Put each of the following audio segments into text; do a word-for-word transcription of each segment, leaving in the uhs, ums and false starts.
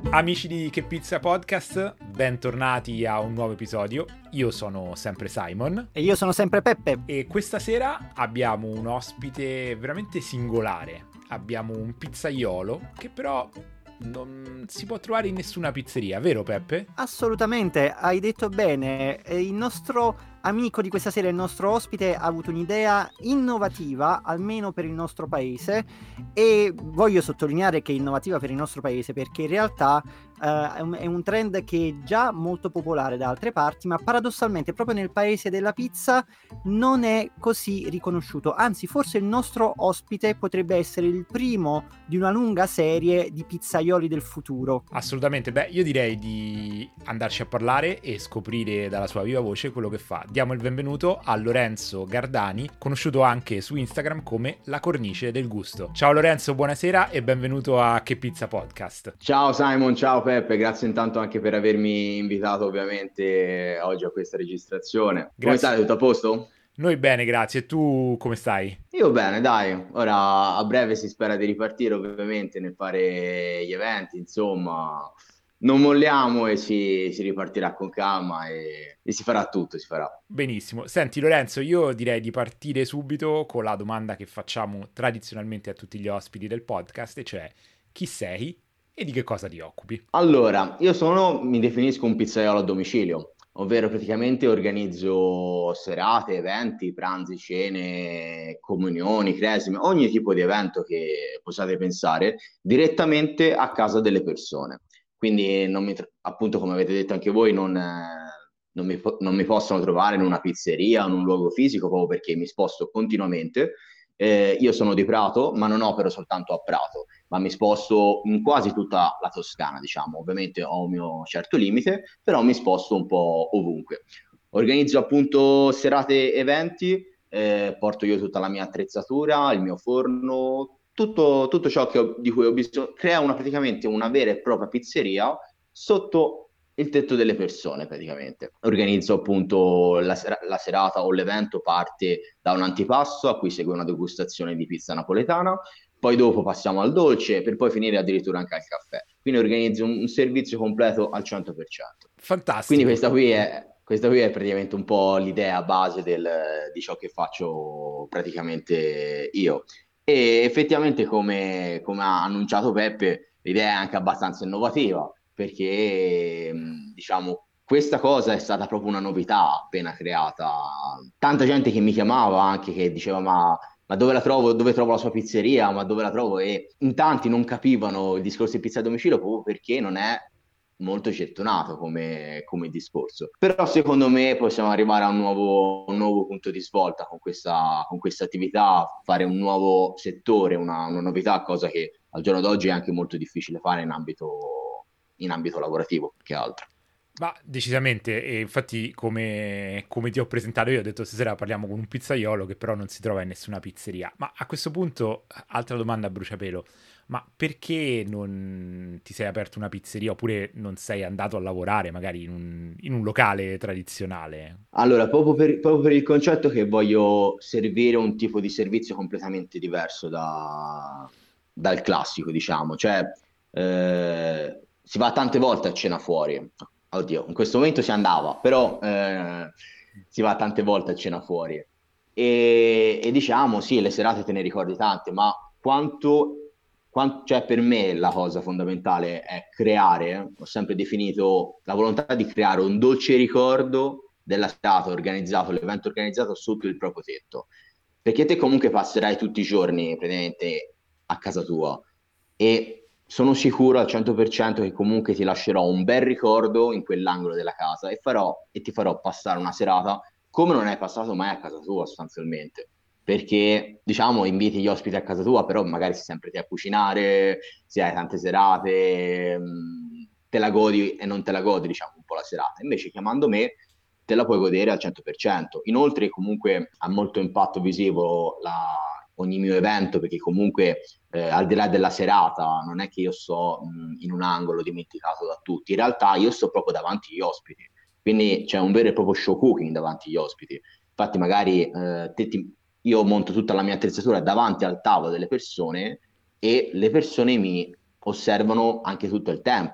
Amici di Che Pizza Podcast, bentornati a un nuovo episodio. Io sono sempre Simon. E io sono sempre Peppe. E questa sera abbiamo un ospite veramente singolare. Abbiamo un pizzaiolo che però non si può trovare in nessuna pizzeria, vero Peppe? Assolutamente, hai detto bene. Il nostro amico di questa sera, il nostro ospite, ha avuto un'idea innovativa, almeno per il nostro paese, e voglio sottolineare che è innovativa per il nostro paese perché in realtà uh, è, un, è un trend che è già molto popolare da altre parti, ma paradossalmente proprio nel paese della pizza non è così riconosciuto. Anzi, forse il nostro ospite potrebbe essere il primo di una lunga serie di pizzaioli del futuro. Assolutamente, beh, io direi di andarci a parlare e scoprire dalla sua viva voce quello che fa. Diamo il benvenuto a Lorenzo Gardani, conosciuto anche su Instagram come La Cornice del Gusto. Ciao Lorenzo, buonasera e benvenuto a Che Pizza Podcast. Ciao Simon, ciao Peppe, grazie intanto anche per avermi invitato ovviamente oggi a questa registrazione. Grazie. Come stai, tutto a posto? Noi bene, grazie. E tu come stai? Io bene, dai. Ora a breve si spera di ripartire ovviamente nel fare gli eventi, insomma. Non molliamo e si, si ripartirà con calma e, e si farà tutto, si farà. Benissimo. Senti Lorenzo, io direi di partire subito con la domanda che facciamo tradizionalmente a tutti gli ospiti del podcast, e cioè chi sei e di che cosa ti occupi? Allora, io sono, mi definisco un pizzaiolo a domicilio, ovvero praticamente organizzo serate, eventi, pranzi, cene, comunioni, cresime, ogni tipo di evento che possiate pensare direttamente a casa delle persone. Quindi, non mi, appunto, come avete detto anche voi, non, eh, non, mi, non mi possono trovare in una pizzeria o in un luogo fisico proprio perché mi sposto continuamente. Eh, io sono di Prato, ma non opero soltanto a Prato, ma mi sposto in quasi tutta la Toscana, diciamo. Ovviamente ho un mio certo limite, però mi sposto un po' ovunque. Organizzo appunto serate, eventi, eh, porto io tutta la mia attrezzatura, il mio forno, tutto, tutto ciò che ho, di cui ho bisogno, crea una, praticamente una vera e propria pizzeria sotto il tetto delle persone praticamente. Organizzo appunto la, sera- la serata o l'evento parte da un antipasto a cui segue una degustazione di pizza napoletana, poi dopo passiamo al dolce per poi finire addirittura anche al caffè. Quindi organizzo un, un servizio completo al cento per cento. Fantastico. Quindi questa qui è... Questa qui è praticamente un po' l'idea base del, di ciò che faccio praticamente io. E effettivamente, come, come ha annunciato Peppe, l'idea è anche abbastanza innovativa, perché diciamo questa cosa è stata proprio una novità appena creata. Tanta gente che mi chiamava anche che diceva ma, ma dove la trovo, dove trovo la sua pizzeria, ma dove la trovo? E in tanti non capivano il discorso di pizza a domicilio proprio perché non è molto gettonato come, come discorso. Però secondo me possiamo arrivare a un nuovo, un nuovo punto di svolta con questa, con questa attività, fare un nuovo settore, una, una novità, cosa che al giorno d'oggi è anche molto difficile fare in ambito, in ambito lavorativo, più che altro. Ma decisamente, e infatti come, come ti ho presentato io ho detto stasera parliamo con un pizzaiolo che però non si trova in nessuna pizzeria. Ma a questo punto, altra domanda a bruciapelo, ma perché non ti sei aperto una pizzeria oppure non sei andato a lavorare magari in un, in un locale tradizionale? Allora, proprio per, proprio per il concetto che voglio servire un tipo di servizio completamente diverso da, dal classico, diciamo. Cioè, eh, si va tante volte a cena fuori. Oddio, in questo momento si andava, però eh, si va tante volte a cena fuori. E, e diciamo, sì, le serate te ne ricordi tante, ma quanto, quanto, cioè per me la cosa fondamentale è creare, ho sempre definito la volontà di creare un dolce ricordo della serata organizzato, l'evento organizzato sotto il proprio tetto. Perché te comunque passerai tutti i giorni praticamente a casa tua e sono sicuro al cento per cento che comunque ti lascerò un bel ricordo in quell'angolo della casa e, farò, e ti farò passare una serata come non hai passato mai a casa tua sostanzialmente. Perché, diciamo, inviti gli ospiti a casa tua, però magari sei sempre te a cucinare, se hai tante serate, mh, te la godi e non te la godi, diciamo, un po' la serata. Invece chiamando me te la puoi godere al cento per cento. Inoltre comunque ha molto impatto visivo la, ogni mio evento, perché comunque eh, al di là della serata non è che io sto mh, in un angolo dimenticato da tutti, in realtà io sto proprio davanti agli ospiti, quindi c'è un vero e proprio show cooking davanti agli ospiti. Infatti magari eh, te ti, io monto tutta la mia attrezzatura davanti al tavolo delle persone e le persone mi osservano anche tutto il tempo.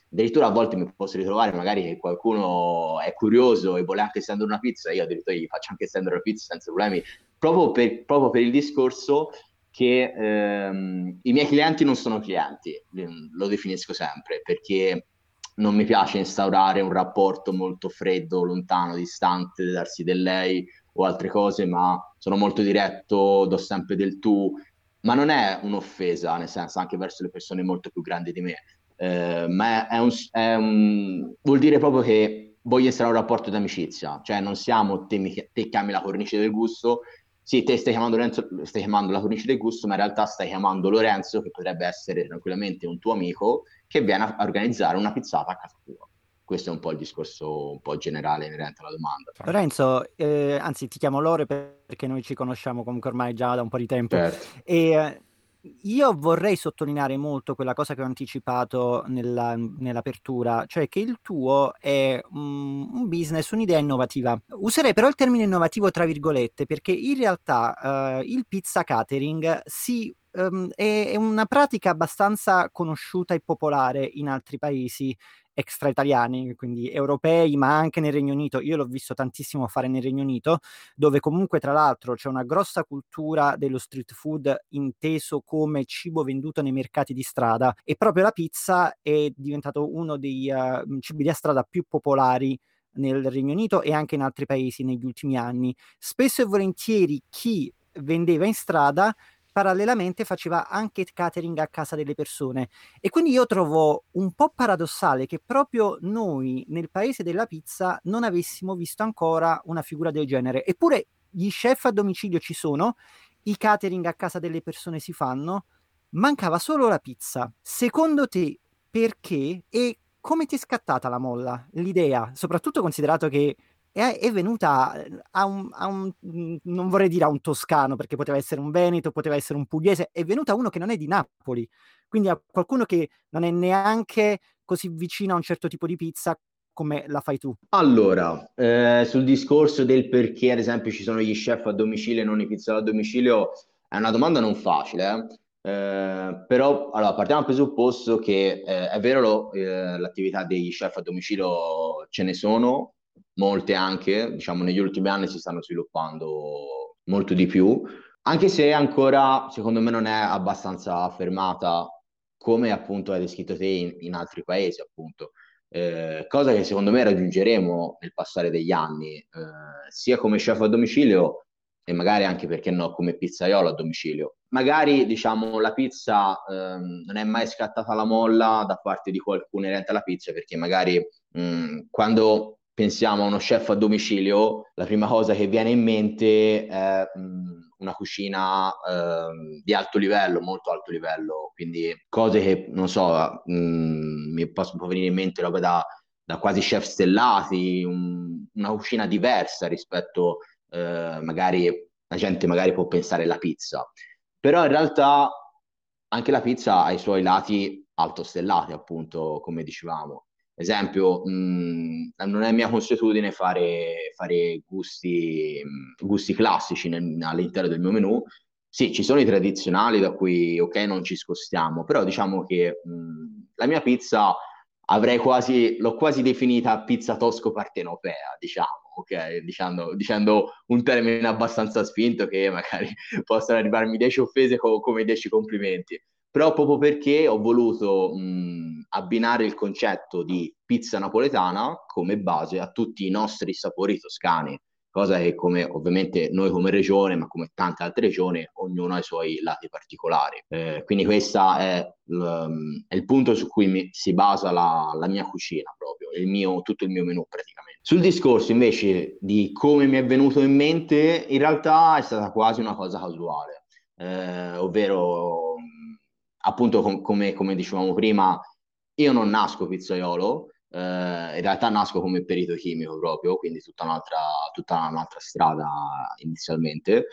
addirittura a volte mi posso ritrovare magari che qualcuno è curioso e vuole anche stendere una pizza, io addirittura gli faccio anche stendere una pizza senza problemi, proprio per, proprio per il discorso che ehm, i miei clienti non sono clienti, lo definisco sempre, perché non mi piace instaurare un rapporto molto freddo, lontano, distante, darsi del lei o altre cose, ma sono molto diretto, do sempre del tu, ma non è un'offesa, nel senso, anche verso le persone molto più grandi di me, eh, ma è un, è un- vuol dire proprio che voglio instaurare un rapporto di amicizia, cioè non siamo te, mi, te chiami la cornice del gusto, sì, te stai chiamando Lorenzo, stai chiamando la cornice del gusto, ma in realtà stai chiamando Lorenzo, che potrebbe essere tranquillamente un tuo amico, che viene a organizzare una pizzata a casa tua. Questo è un po' il discorso un po' generale inerente alla domanda. Lorenzo, eh, anzi ti chiamo Lore perché noi ci conosciamo comunque ormai già da un po' di tempo Certo. e eh, io vorrei sottolineare molto quella cosa che ho anticipato nella- nell'apertura, cioè che il tuo è un, un business, un'idea innovativa. Userei però il termine innovativo tra virgolette perché in realtà eh, il pizza catering si, ehm, è, è una pratica abbastanza conosciuta e popolare in altri paesi extra italiani, quindi europei, ma anche nel Regno Unito. Io l'ho visto tantissimo fare nel Regno Unito, dove comunque tra l'altro c'è una grossa cultura dello street food inteso come cibo venduto nei mercati di strada e proprio la pizza è diventato uno dei uh, cibi da strada più popolari nel Regno Unito e anche in altri paesi negli ultimi anni. Spesso e volentieri chi vendeva in strada parallelamente faceva anche catering a casa delle persone e quindi io trovo un po' paradossale che proprio noi nel paese della pizza non avessimo visto ancora una figura del genere. Eppure gli chef a domicilio ci sono, i catering a casa delle persone si fanno, mancava solo la pizza. Secondo te perché e come ti è scattata la molla, l'idea, soprattutto considerato che è, è venuta a un, a un, non vorrei dire a un toscano, perché poteva essere un veneto, poteva essere un pugliese, è venuta a uno che non è di Napoli, quindi a qualcuno che non è neanche così vicino a un certo tipo di pizza come la fai tu. Allora, eh, sul discorso del perché, ad esempio, ci sono gli chef a domicilio e non i pizzaioli a domicilio, è una domanda non facile, eh. Eh, però allora, partiamo dal presupposto che eh, è vero lo- eh, l'attività degli chef a domicilio ce ne sono, molte anche, diciamo negli ultimi anni si stanno sviluppando molto di più, anche se ancora secondo me non è abbastanza affermata come appunto hai descritto te in, in altri paesi, appunto. Eh, cosa che secondo me raggiungeremo nel passare degli anni, eh, sia come chef a domicilio e magari anche perché no, come pizzaiolo a domicilio. Magari diciamo la pizza ehm, non è mai scattata la molla da parte di qualcuno inerente alla pizza perché magari mh, quando pensiamo a uno chef a domicilio, la prima cosa che viene in mente è mh, una cucina ehm, di alto livello, molto alto livello, quindi cose che non so, mh, mi possono venire in mente robe da, da quasi chef stellati, un- una cucina diversa rispetto eh, magari la gente magari può pensare alla pizza, però in realtà anche la pizza ha i suoi lati altostellati, appunto, come dicevamo. Esempio, mh, non è mia consuetudine fare, fare gusti, mh, gusti classici nel- all'interno del mio menù. Sì, ci sono i tradizionali da cui, ok, non ci scostiamo, però diciamo che mh, la mia pizza avrei quasi, l'ho quasi definita pizza tosco-partenopea, diciamo, ok? Dicendo, dicendo un termine abbastanza spinto che magari possono arrivarmi dieci offese co- come dieci complimenti. Però proprio perché ho voluto mh, abbinare il concetto di pizza napoletana come base a tutti i nostri sapori toscani, cosa che come ovviamente noi come regione, ma come tante altre regioni, ognuno ha i suoi lati particolari. Eh, quindi questo è, l- è il punto su cui mi- si basa la, la mia cucina proprio, il mio, tutto il mio menù praticamente. Sul discorso invece di come mi è venuto in mente, in realtà è stata quasi una cosa casuale, eh, ovvero mh, appunto com- come, come dicevamo prima, io non nasco pizzaiolo, eh, in realtà nasco come perito chimico proprio, quindi tutta un'altra, tutta un'altra strada inizialmente.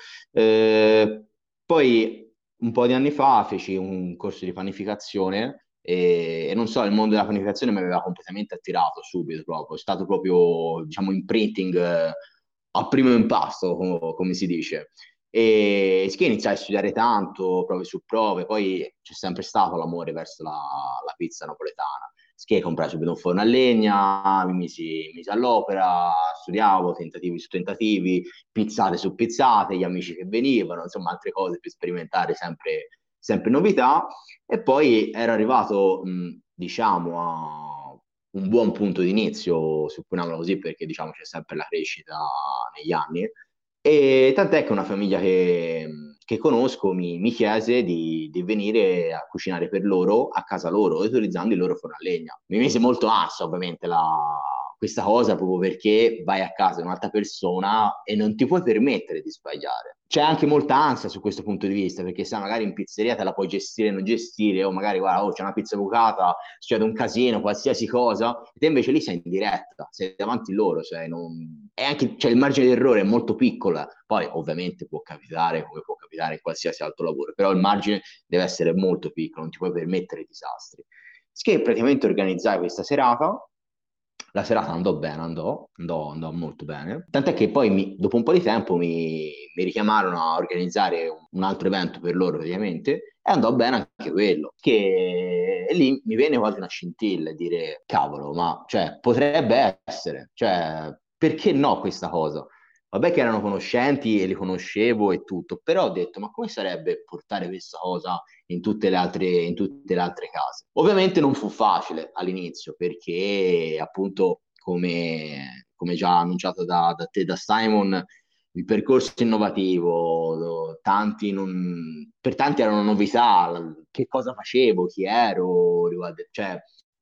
Eh, poi un po' di anni fa feci un corso di panificazione e, e non so, il mondo della panificazione mi aveva completamente attirato subito proprio, è stato proprio, diciamo, imprinting eh, a primo impasto, come, come si dice. E che iniziai a studiare tanto, prove su prove, poi c'è sempre stato l'amore verso la, la pizza napoletana che comprai subito un forno a legna, mi misi, mi misi all'opera, studiavo, tentativi su tentativi, pizzate su pizzate, gli amici che venivano, insomma altre cose per sperimentare sempre, sempre novità. E poi ero arrivato, mh, diciamo, a un buon punto di inizio, supponiamolo così, perché diciamo c'è sempre la crescita negli anni. E tant'è che una famiglia che, che conosco mi, mi chiese di, di venire a cucinare per loro a casa loro, utilizzando il loro forno a legna. Mi mise molto ansia, ovviamente, la- questa cosa, proprio perché vai a casa di un'altra persona e non ti puoi permettere di sbagliare. C'è anche molta ansia su questo punto di vista, perché sai, magari in pizzeria te la puoi gestire o non gestire, o magari, guarda, oh, c'è una pizza bucata, succede un casino, qualsiasi cosa, e te invece lì sei in diretta, sei davanti a loro, cioè non... e anche cioè, il margine di errore è molto piccolo, poi ovviamente può capitare come può capitare in qualsiasi altro lavoro, però il margine deve essere molto piccolo, non ti puoi permettere disastri. Che praticamente organizzai questa serata. La serata andò bene, andò, andò, andò molto bene. Tant'è che poi, mi- dopo un po' di tempo, mi, mi richiamarono a organizzare un, un altro evento per loro, praticamente, e andò bene anche quello. Che e lì mi venne quasi una scintilla e dire, cavolo, ma cioè, potrebbe essere, cioè, perché no questa cosa? Vabbè che erano conoscenti e li conoscevo e tutto, però ho detto, ma come sarebbe portare questa cosa in tutte le altre, in tutte le altre case? Ovviamente non fu facile all'inizio, perché appunto, come, come già annunciato da, da te, da Simon, il percorso innovativo, tanti non, per tanti era una novità, che cosa facevo, chi ero, riguardo- cioè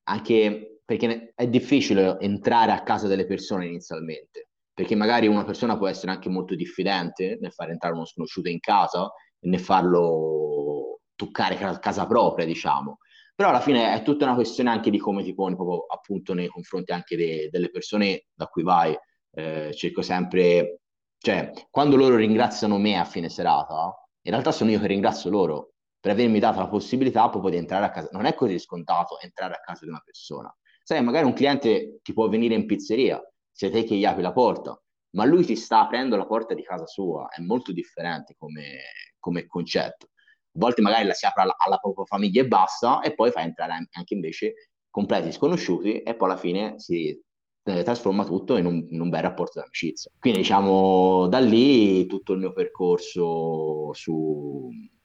anche perché è difficile entrare a casa delle persone inizialmente, perché magari una persona può essere anche molto diffidente nel far entrare uno sconosciuto in casa e nel farlo toccare ca- casa propria, diciamo. Però alla fine è tutta una questione anche di come ti poni proprio appunto nei confronti anche de- delle persone da cui vai. Eh, cerco sempre, cioè, quando loro ringraziano me a fine serata, in realtà sono io che ringrazio loro per avermi dato la possibilità proprio di entrare a casa. Non è così scontato entrare a casa di una persona. Sai, magari un cliente ti può venire in pizzeria, sei te che gli apri la porta, ma lui ti sta aprendo la porta di casa sua, è molto differente come, come concetto. A volte magari la si apre alla, alla propria famiglia e basta, e poi fa entrare anche invece completi sconosciuti, e poi alla fine si eh, trasforma tutto in un, in un bel rapporto di amicizia. Quindi diciamo da lì tutto il mio percorso su,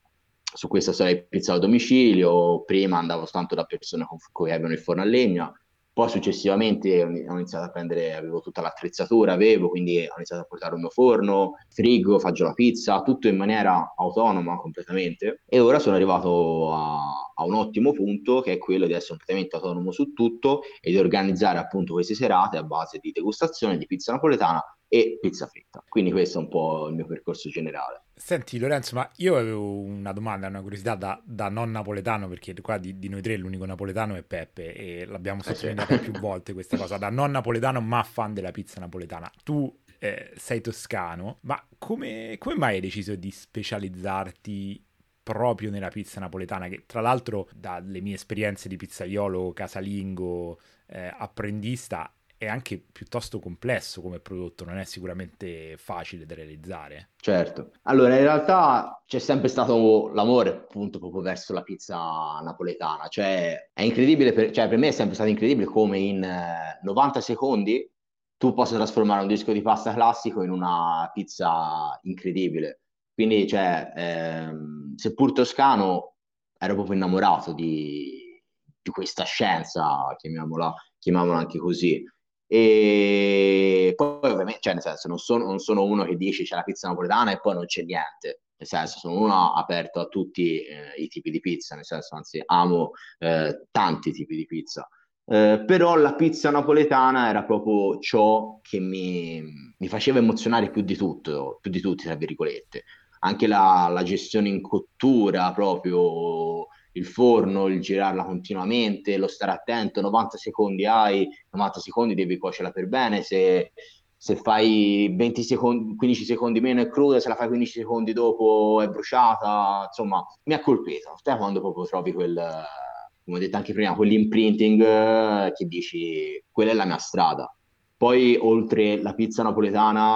su questa storia di pizza a domicilio. Prima andavo soltanto da persone con cui avevano il forno a legna, poi successivamente ho iniziato a prendere, avevo tutta l'attrezzatura, avevo, quindi ho iniziato a portare un mio forno, frigo, faccio la pizza, tutto in maniera autonoma completamente. E ora sono arrivato a, a un ottimo punto, che è quello di essere completamente autonomo su tutto e di organizzare appunto queste serate a base di degustazione di pizza napoletana e pizza fritta. Quindi questo è un po' il mio percorso generale. Senti Lorenzo, ma io avevo una domanda, una curiosità da, da non napoletano, perché qua di, di noi tre l'unico napoletano è Peppe e l'abbiamo Eh sì. sottolineata più volte questa cosa, da non napoletano ma fan della pizza napoletana. Tu eh, sei toscano, ma come, come mai hai deciso di specializzarti proprio nella pizza napoletana? Che tra l'altro dalle mie esperienze di pizzaiolo, casalingo, eh, apprendista, è anche piuttosto complesso come prodotto, non è sicuramente facile da realizzare. Certo. Allora, in realtà c'è sempre stato l'amore appunto proprio verso la pizza napoletana, cioè è incredibile, per, cioè, per me è sempre stato incredibile come in eh, novanta secondi tu possa trasformare un disco di pasta classico in una pizza incredibile. Quindi, cioè, ehm, seppur toscano, ero proprio innamorato di, di questa scienza, chiamiamola, chiamiamola anche così. E poi ovviamente, cioè nel senso, non sono, non sono uno che dice c'è la pizza napoletana e poi non c'è niente. Nel senso, sono uno aperto a tutti eh, i tipi di pizza, nel senso, anzi, amo eh, tanti tipi di pizza. Eh, però la pizza napoletana era proprio ciò che mi, mi faceva emozionare più di tutto, più di tutti, tra virgolette. Anche la, la gestione in cottura, proprio il forno, il girarla continuamente, lo stare attento, novanta secondi hai, novanta secondi devi cuocerla per bene, se, se fai venti secondi, quindici secondi meno è cruda, se la fai quindici secondi dopo è bruciata, insomma, mi ha colpito. Te quando proprio trovi quel, come ho detto anche prima, quell'imprinting eh, che dici, quella è la mia strada. Poi oltre la pizza napoletana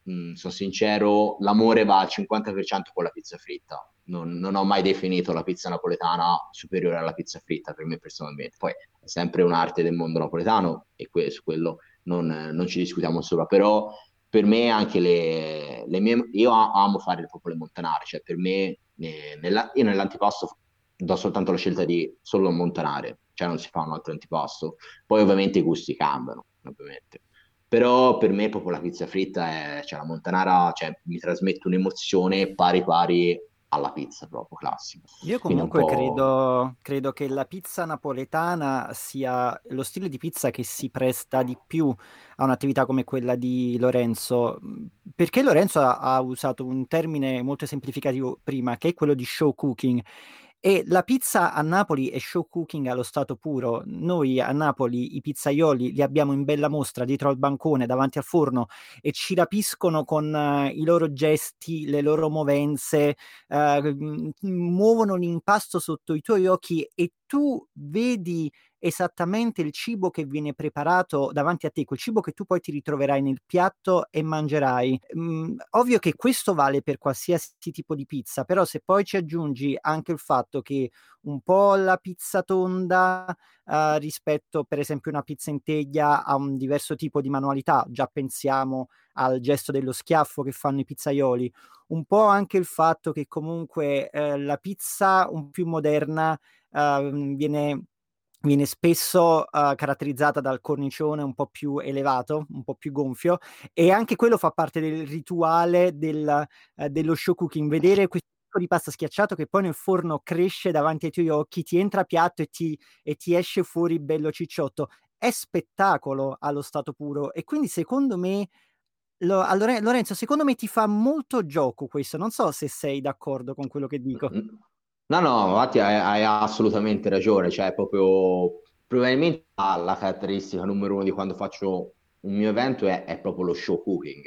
mh, sono sincero, l'amore va al cinquanta per cento con la pizza fritta. Non, non ho mai definito la pizza napoletana superiore alla pizza fritta per me personalmente. Poi è sempre un'arte del mondo napoletano e que- su quello non, non ci discutiamo sopra, però per me anche le, le mie, io a- amo fare proprio le montanare, cioè per me eh, nella- io nell'antipasto do soltanto la scelta di solo montanare, cioè non si fa un altro antipasto. Poi ovviamente i gusti cambiano, ovviamente. Però per me proprio la pizza fritta è, cioè la montanara, cioè, mi trasmette un'emozione pari pari alla pizza proprio classica. Io Quindi è un comunque po'... credo, credo che la pizza napoletana sia lo stile di pizza che si presta di più a un'attività come quella di Lorenzo, perché Lorenzo ha, ha usato un termine molto semplificativo prima, che è quello di show cooking. E la pizza a Napoli è show cooking allo stato puro. Noi a Napoli i pizzaioli li abbiamo in bella mostra dietro al bancone, davanti al forno e ci rapiscono con eh, i loro gesti, le loro movenze, eh, m- muovono l'impasto sotto i tuoi occhi e tu vedi esattamente il cibo che viene preparato davanti a te, quel cibo che tu poi ti ritroverai nel piatto e mangerai. Mm, ovvio che questo vale per qualsiasi tipo di pizza, però se poi ci aggiungi anche il fatto che un po' la pizza tonda eh, rispetto per esempio una pizza in teglia ha un diverso tipo di manualità, già pensiamo al gesto dello schiaffo che fanno i pizzaioli, un po' anche il fatto che comunque eh, la pizza un più moderna eh, viene, viene spesso eh, caratterizzata dal cornicione un po' più elevato, un po' più gonfio, e anche quello fa parte del rituale del, eh, dello show cooking, vedere questo tipo di pasta schiacciato che poi nel forno cresce davanti ai tuoi occhi, ti entra a piatto e ti, e ti esce fuori bello cicciotto. È spettacolo allo stato puro e quindi secondo me lo- allora, Lorenzo, secondo me ti fa molto gioco questo, non so se sei d'accordo con quello che dico. No, no, infatti hai, hai assolutamente ragione, cioè proprio probabilmente la la caratteristica numero uno di quando faccio un mio evento è, è proprio lo show cooking,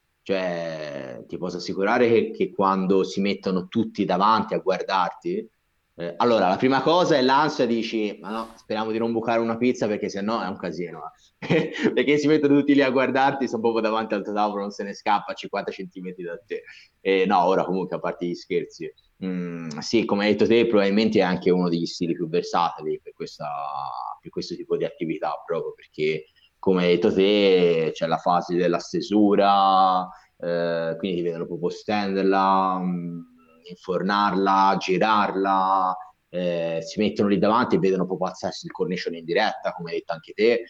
cioè ti posso assicurare che, che quando si mettono tutti davanti a guardarti, eh, allora la prima cosa è l'ansia, dici, ma no, speriamo di non bucare una pizza perché sennò è un casino, eh. Perché si mettono tutti lì a guardarti, sono proprio davanti al tuo tavolo, non se ne scappa a cinquanta centimetri da te. E no, ora comunque a parte gli scherzi. Mm, sì, come hai detto te, probabilmente è anche uno degli stili più versatili per questa, per questo tipo di attività, proprio perché, come hai detto te, c'è la fase della stesura, eh, quindi ti vedono proprio stenderla, mm, infornarla, girarla, eh, si mettono lì davanti e vedono proprio alzarsi il cornicione in diretta, come hai detto anche te,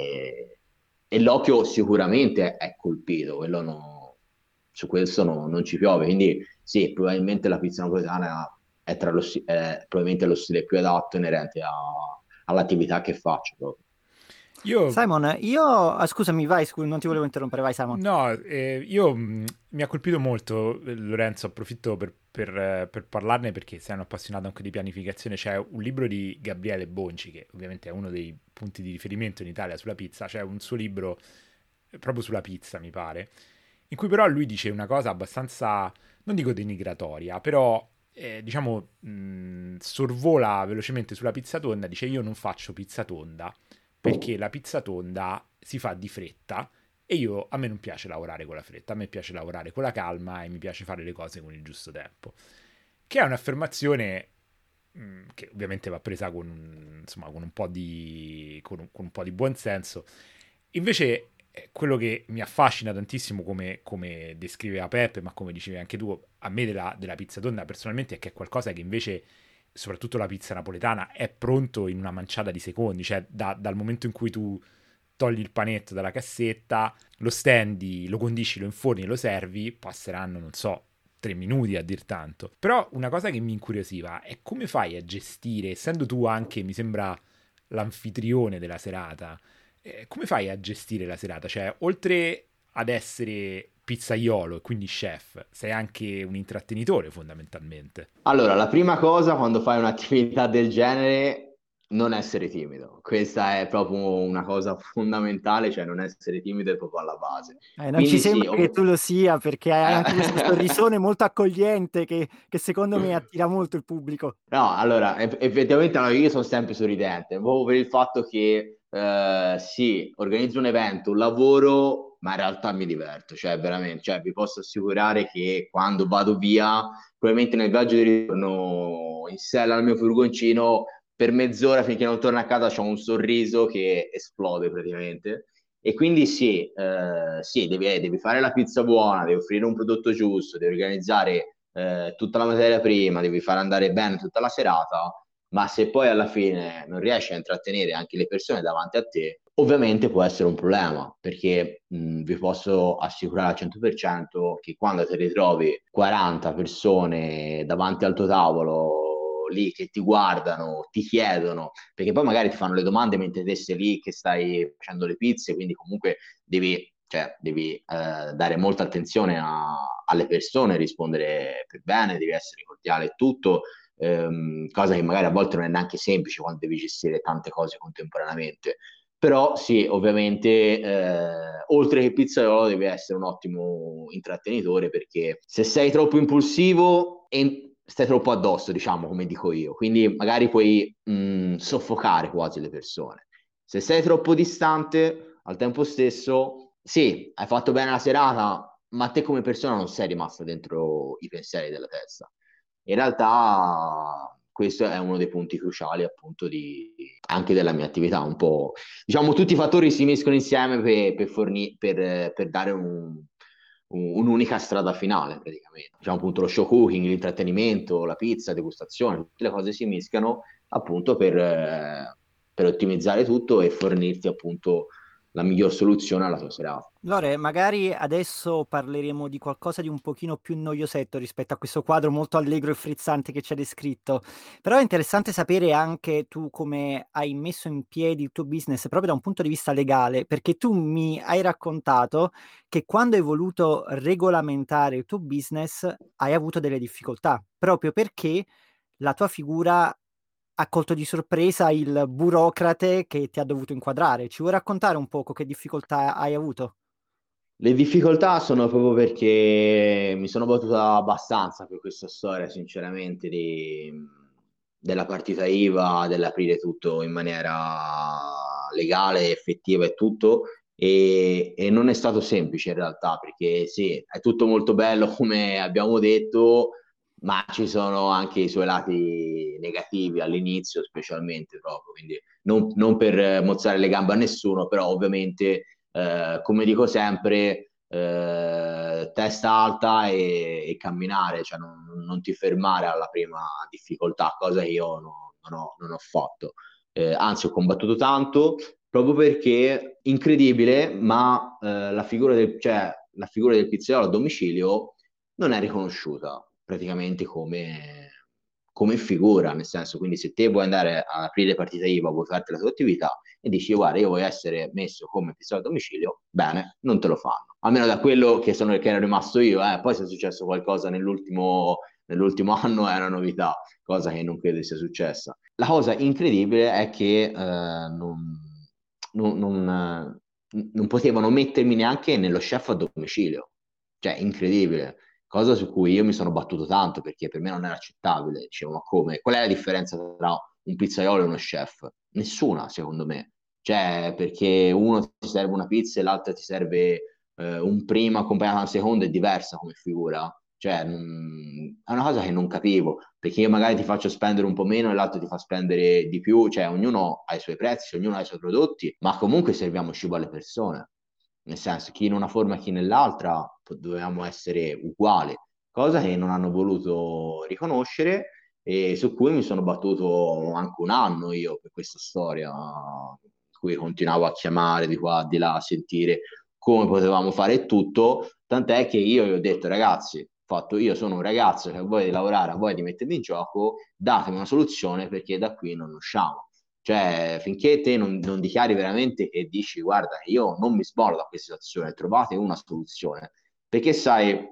e, e l'occhio sicuramente è colpito, quello no- su questo no- non ci piove, quindi sì, probabilmente la pizza napoletana è, tra lo, sti- è probabilmente lo stile più adatto inerente a- all'attività che faccio proprio. Io Simon, io, ah, scusami, vai, scu- non ti volevo interrompere, vai Simon. No, eh, io mh, mi ha colpito molto, eh, Lorenzo, approfitto per, per, eh, per parlarne perché sei un appassionato anche di pianificazione. C'è un libro di Gabriele Bonci, che ovviamente è uno dei punti di riferimento in Italia sulla pizza, c'è un suo libro eh, proprio sulla pizza, mi pare, in cui però lui dice una cosa abbastanza, non dico denigratoria, però eh, diciamo mh, sorvola velocemente sulla pizza tonda, dice io non faccio pizza tonda perché la pizza tonda si fa di fretta e io, a me non piace lavorare con la fretta, a me piace lavorare con la calma e mi piace fare le cose con il giusto tempo. Che è un'affermazione mh, che ovviamente va presa con, un- insomma, con un po' di, con un, con un po' di buonsenso. Invece, eh, quello che mi affascina tantissimo, come, come descriveva Peppe, ma come dicevi anche tu, a me della, della pizza tonda personalmente, è che è qualcosa che invece soprattutto la pizza napoletana, è pronto in una manciata di secondi, cioè da- dal momento in cui tu togli il panetto dalla cassetta, lo stendi, lo condisci, lo inforni e lo servi, passeranno, non so, tre minuti a dir tanto. Però una cosa che mi incuriosiva è come fai a gestire, essendo tu anche, mi sembra, l'anfitrione della serata, eh, come fai a gestire la serata? Cioè, oltre ad essere pizzaiolo e quindi chef, sei anche un intrattenitore fondamentalmente. Allora, la prima cosa quando fai un'attività del genere, non essere timido. Questa è proprio una cosa fondamentale, cioè non essere timido è proprio alla base. Eh, non ci Quindi sì, sembra che ov- tu lo sia, perché hai eh, anche questo sorrisone molto accogliente che, che secondo me attira molto il pubblico. no, allora, eff- effettivamente allora, io sono sempre sorridente, proprio per il fatto che eh, sì, organizzo un evento, un lavoro, ma in realtà mi diverto, cioè veramente, cioè, vi posso assicurare che quando vado via, probabilmente nel viaggio di ritorno in sella al mio furgoncino, per mezz'ora finché non torno a casa c'ho un sorriso che esplode praticamente. E quindi sì, eh, sì, devi, eh, devi fare la pizza buona, devi offrire un prodotto giusto, devi organizzare eh, tutta la materia prima, devi far andare bene tutta la serata, ma se poi alla fine non riesci a intrattenere anche le persone davanti a te, ovviamente può essere un problema, perché mh, vi posso assicurare al cento per cento che quando ti ritrovi quaranta persone davanti al tuo tavolo lì che ti guardano, ti chiedono, perché poi magari ti fanno le domande mentre te sei lì che stai facendo le pizze, quindi comunque devi, cioè, devi eh, dare molta attenzione a- alle persone, rispondere per bene, devi essere cordiale e tutto, ehm, cosa che magari a volte non è neanche semplice quando devi gestire tante cose contemporaneamente. Però sì, ovviamente, eh, oltre che pizzaiolo, devi essere un ottimo intrattenitore perché se sei troppo impulsivo e stai troppo addosso, diciamo, come dico io, quindi magari puoi mh, soffocare quasi le persone. Se sei troppo distante, al tempo stesso, sì, hai fatto bene la serata, ma te come persona non sei rimasta dentro i pensieri della testa. In realtà questo è uno dei punti cruciali appunto di, anche della mia attività, un po', diciamo, tutti i fattori si mescolano insieme per, per, forni- per, per dare un, un- un'unica strada finale praticamente. Diciamo appunto lo show cooking, l'intrattenimento, la pizza, la degustazione, tutte le cose si mischiano appunto per, eh, per ottimizzare tutto e fornirti appunto la miglior soluzione alla tua serata. Lore, magari adesso parleremo di qualcosa di un pochino più noiosetto rispetto a questo quadro molto allegro e frizzante che ci hai descritto. Però è interessante sapere anche tu come hai messo in piedi il tuo business proprio da un punto di vista legale, perché tu mi hai raccontato che quando hai voluto regolamentare il tuo business hai avuto delle difficoltà, proprio perché la tua figura ha colto di sorpresa il burocrate che ti ha dovuto inquadrare. Ci vuoi raccontare un poco che difficoltà hai avuto? Le difficoltà sono proprio perché mi sono battuto abbastanza per questa storia, sinceramente, di- della partita I V A, dell'aprire tutto in maniera legale, effettiva e tutto. E, e non è stato semplice in realtà, perché sì, è tutto molto bello come abbiamo detto, ma ci sono anche i suoi lati negativi all'inizio, specialmente proprio. Quindi non, non per mozzare le gambe a nessuno, però ovviamente eh, come dico sempre, eh, testa alta e, e camminare, cioè non, non ti fermare alla prima difficoltà, cosa che io no- non ho, non ho fatto. Eh, anzi, ho combattuto tanto proprio perché incredibile, ma eh, la figura del, cioè, la figura del pizzaiolo a domicilio non è riconosciuta praticamente come, come figura, nel senso, quindi se te vuoi andare a aprire partita I V A, vuoi farti la tua attività, e dici guarda io voglio essere messo come pizzaiolo a domicilio, bene, non te lo fanno. Almeno da quello che, sono, che ero rimasto io, eh. Poi se è successo qualcosa nell'ultimo, nell'ultimo anno è una novità, cosa che non credo sia successa. La cosa incredibile è che eh, non, non, non, eh, non potevano mettermi neanche nello chef a domicilio, cioè incredibile, cosa su cui io mi sono battuto tanto perché per me non era accettabile. Dicevo, ma come? Qual è la differenza tra un pizzaiolo e uno chef? Nessuna, secondo me. Cioè, perché uno ti serve una pizza e l'altro ti serve eh, un prima accompagnato da una seconda, è diversa come figura. Cioè, non- è una cosa che non capivo, perché io magari ti faccio spendere un po' meno e l'altro ti fa spendere di più, cioè ognuno ha i suoi prezzi, ognuno ha i suoi prodotti, ma comunque serviamo cibo alle persone. Nel senso, chi in una forma e chi nell'altra po- dovevamo essere uguali, cosa che non hanno voluto riconoscere e su cui mi sono battuto anche un anno io per questa storia, in cui continuavo a chiamare di qua, di là, a sentire come potevamo fare tutto, tant'è che io gli ho detto ragazzi, fatto io sono un ragazzo che ha voglia di lavorare, ha voglia di mettermi in gioco, datemi una soluzione perché da qui non usciamo. Cioè, finché te non, non dichiari veramente che dici, guarda, io non mi sbollo da questa situazione, trovate una soluzione. Perché sai,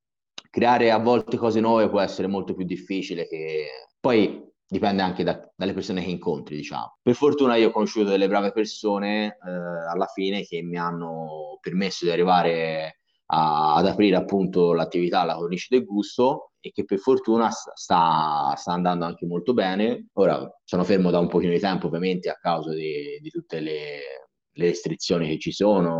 creare a volte cose nuove può essere molto più difficile che... Poi dipende anche da- dalle persone che incontri, diciamo. Per fortuna io ho conosciuto delle brave persone, eh, alla fine che mi hanno permesso di arrivare a- ad aprire appunto l'attività alla Cornice del Gusto e che per fortuna sta, sta- sta andando anche molto bene. Ora sono fermo da un pochino di tempo ovviamente a causa di, di tutte le, le restrizioni che ci sono,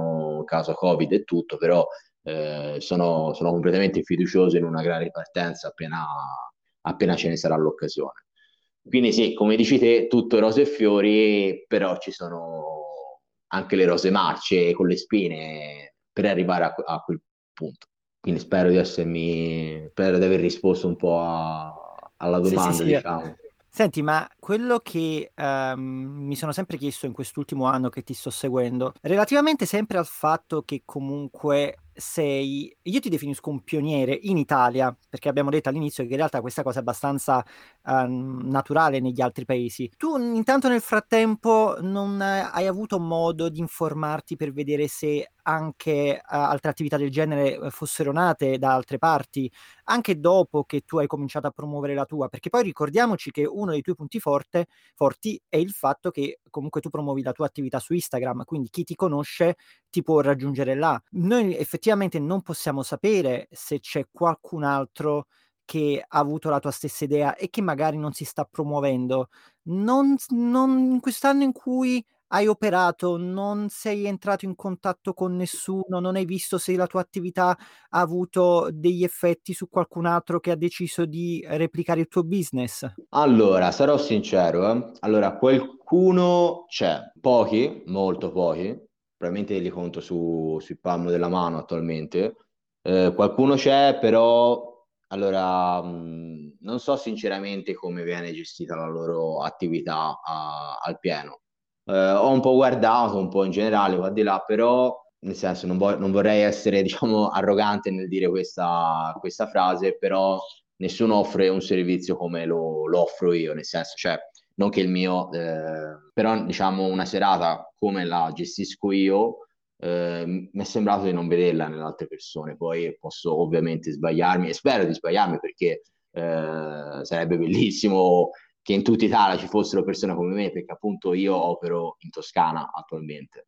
causa Covid e tutto, però eh, sono, sono completamente fiducioso in una gran ripartenza appena, appena ce ne sarà l'occasione. Quindi sì, come dici te, tutto rose e fiori, però ci sono anche le rose marce con le spine per arrivare a, a quel punto. Quindi spero di essermi, spero di aver risposto un po' a- alla Sì, sì, domanda, sì. diciamo. Senti, ma quello che ehm, mi sono sempre chiesto in quest'ultimo anno che ti sto seguendo, relativamente sempre al fatto che comunque sei, io ti definisco un pioniere in Italia, perché abbiamo detto all'inizio che in realtà questa cosa è abbastanza ehm, naturale negli altri paesi. Tu intanto nel frattempo non eh, hai avuto modo di informarti per vedere se anche eh, altre attività del genere eh, fossero nate da altre parti? Anche dopo che tu hai cominciato a promuovere la tua, perché poi ricordiamoci che uno dei tuoi punti forte, forti è il fatto che comunque tu promuovi la tua attività su Instagram, quindi chi ti conosce ti può raggiungere là. Noi effettivamente non possiamo sapere se c'è qualcun altro che ha avuto la tua stessa idea e che magari non si sta promuovendo. Non, non in quest'anno in cui hai operato, non sei entrato in contatto con nessuno, non hai visto se la tua attività ha avuto degli effetti su qualcun altro che ha deciso di replicare il tuo business? Allora, sarò sincero, eh. Allora, qualcuno c'è, pochi, molto pochi, probabilmente li conto su, sui palmo della mano attualmente. Eh, qualcuno c'è, però, allora, mh, non so sinceramente come viene gestita la loro attività a- al pieno. Eh, ho un po' guardato, un po' in generale, qua di là, però, nel senso, non, vo- non vorrei essere, diciamo, arrogante nel dire questa, questa frase, però nessuno offre un servizio come lo, lo offro io, nel senso, cioè, non che il mio, eh, però diciamo una serata come la gestisco io, eh, mi è sembrato di non vederla nelle altre persone, poi posso ovviamente sbagliarmi e spero di sbagliarmi perché eh, sarebbe bellissimo che in tutta Italia ci fossero persone come me, perché appunto io opero in Toscana attualmente.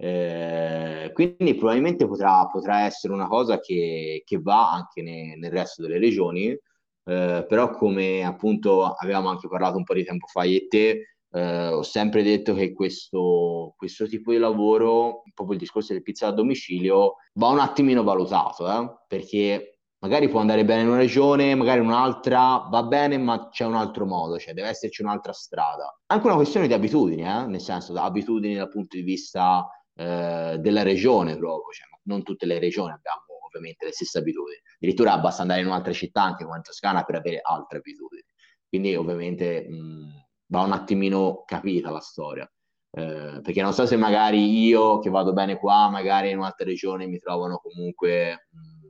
Eh, quindi probabilmente potrà, potrà essere una cosa che, che va anche ne- nel resto delle regioni, eh, però come appunto avevamo anche parlato un po' di tempo fa io e te, eh, ho sempre detto che questo, questo tipo di lavoro, proprio il discorso del pizza a domicilio, va un attimino valutato, eh, perché magari può andare bene in una regione, magari in un'altra va bene, ma c'è un altro modo, cioè deve esserci un'altra strada. Anche una questione di abitudini, eh, nel senso, abitudini dal punto di vista eh, della regione proprio, cioè, non tutte le regioni abbiamo ovviamente le stesse abitudini. Addirittura basta andare in un'altra città, anche come in Toscana, per avere altre abitudini. Quindi ovviamente mh, va un attimino capita la storia. Eh, perché non so se magari io che vado bene qua, magari in un'altra regione mi trovano comunque, mh,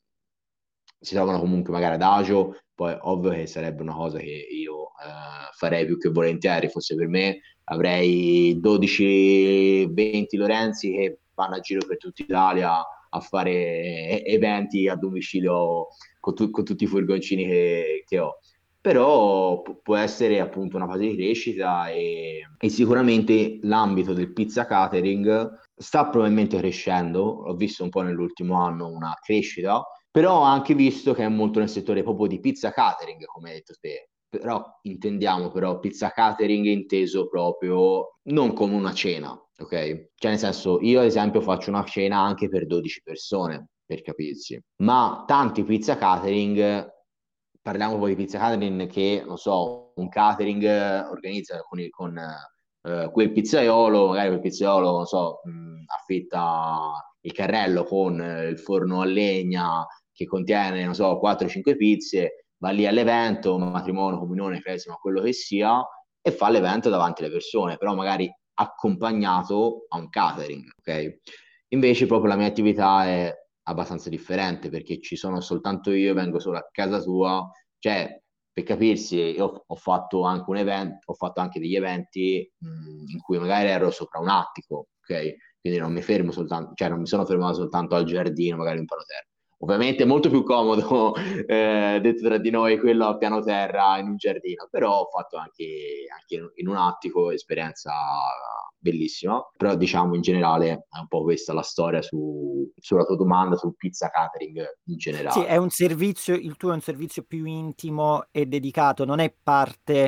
si trovano comunque magari ad agio, poi ovvio che sarebbe una cosa che io eh, farei più che volentieri, fosse per me, avrei dodici venti Lorenzi che vanno a giro per tutta Italia a fare eventi a domicilio con, tu- con tutti i furgoncini che, che ho. Però pu- può essere appunto una fase di crescita e, e sicuramente l'ambito del pizza catering sta probabilmente crescendo. Ho visto un po' nell'ultimo anno una crescita, però ho anche visto che è molto nel settore proprio di pizza catering, come hai detto te. Però intendiamo però pizza catering inteso proprio non come una cena, ok? Cioè nel senso, io ad esempio faccio una cena anche per dodici persone, per capirsi, ma tanti pizza catering, parliamo poi di pizza catering che, non so, un catering eh, organizza con, il- con eh, quel pizzaiolo, magari quel pizzaiolo, non so, mh, affitta il carrello con eh, il forno a legna che contiene, non so, quattro cinque pizze, va lì all'evento, matrimonio, comunione, cresima, quello che sia, e fa l'evento davanti alle persone, però magari accompagnato a un catering, ok? Invece proprio la mia attività è abbastanza differente perché ci sono soltanto io, vengo solo a casa tua, cioè per capirsi, io ho fatto anche un evento, ho fatto anche degli eventi mh, in cui magari ero sopra un attico, ok? Quindi non mi fermo soltanto, cioè non mi sono fermato soltanto al giardino, magari in piano terra. Ovviamente è molto più comodo, eh, detto tra di noi, quello a piano terra in un giardino, però ho fatto anche, anche in un attico, esperienza bellissima, però diciamo in generale è un po' questa la storia su, sulla tua domanda sul pizza catering in Sì, generale. è un servizio, il tuo è un servizio più intimo e dedicato, non è parte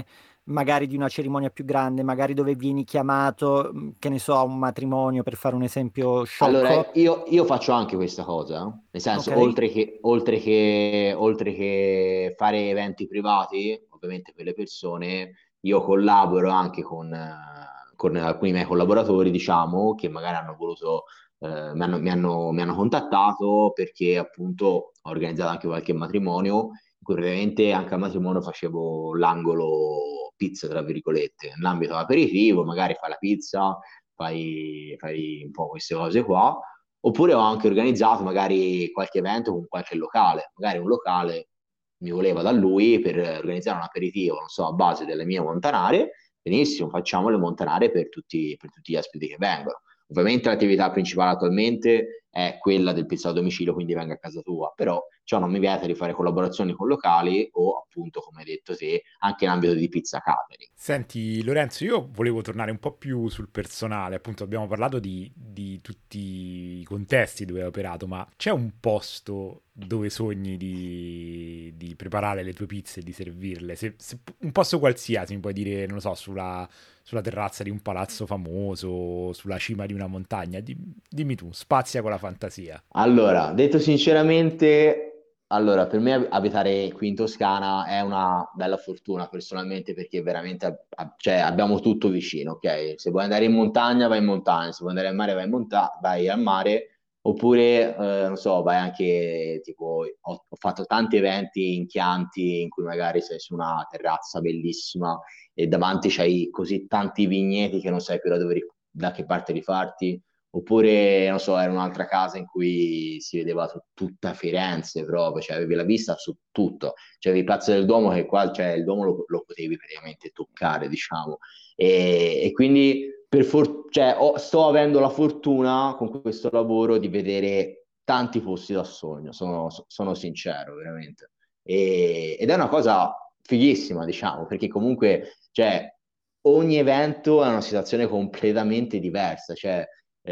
magari di una cerimonia più grande, magari dove vieni chiamato, mh, che ne so, a un matrimonio, per fare un esempio sciocco. Allora, io, io faccio anche questa cosa, eh. Nel Ok? senso, oltre che, oltre che, oltre che fare eventi privati, ovviamente per le persone, io collaboro anche con, eh, con alcuni miei collaboratori, diciamo, che magari hanno voluto, eh, mi hanno, mi hanno- mi hanno contattato perché appunto ho organizzato anche qualche matrimonio, in cui praticamente anche al matrimonio facevo l'angolo pizza, tra virgolette, nell'ambito aperitivo, magari fa la pizza, fai, fai un po' queste cose qua. Oppure ho anche organizzato magari qualche evento con qualche locale, magari un locale mi voleva da lui per organizzare un aperitivo, non so, a base delle mie montanare, benissimo, facciamo le montanare per tutti, per tutti gli ospiti che vengono. Ovviamente l'attività principale attualmente è quella del pizza a domicilio, quindi venga a casa tua, però ciò non mi vieta di fare collaborazioni con locali o appunto, come hai detto te, anche in ambito di pizza catering. Senti Lorenzo, io volevo tornare un po' più sul personale, appunto abbiamo parlato di, di tutti i contesti dove hai operato, ma c'è un posto dove sogni di, di preparare le tue pizze e di servirle? Se- se- un posto qualsiasi, mi puoi dire, non lo so, sulla, sulla terrazza di un palazzo famoso, sulla cima di una montagna, Di- dimmi tu, spazia con la fantasia. Allora, detto sinceramente, allora, per me ab- abitare qui in Toscana è una bella fortuna personalmente perché veramente ab- ab- cioè, abbiamo tutto vicino, ok? Se vuoi andare in montagna, vai in montagna, se vuoi andare al mare, vai in monta- vai al mare, oppure, eh, non so, vai anche, tipo, ho, ho fatto tanti eventi in Chianti in cui magari sei su una terrazza bellissima e davanti c'hai così tanti vigneti che non sai più da dove, ri- da che parte rifarti. Oppure, non so, era un'altra casa in cui si vedeva su- tutta Firenze proprio, cioè avevi la vista su tutto. Cioè avevi Piazza del Duomo che qua, cioè il Duomo lo, lo potevi praticamente toccare, diciamo. E, e quindi per for- cioè, ho- sto avendo la fortuna con questo lavoro di vedere tanti posti da sogno, sono, sono sincero, veramente. E- ed è una cosa fighissima, diciamo, perché comunque, cioè, ogni evento è una situazione completamente diversa, cioè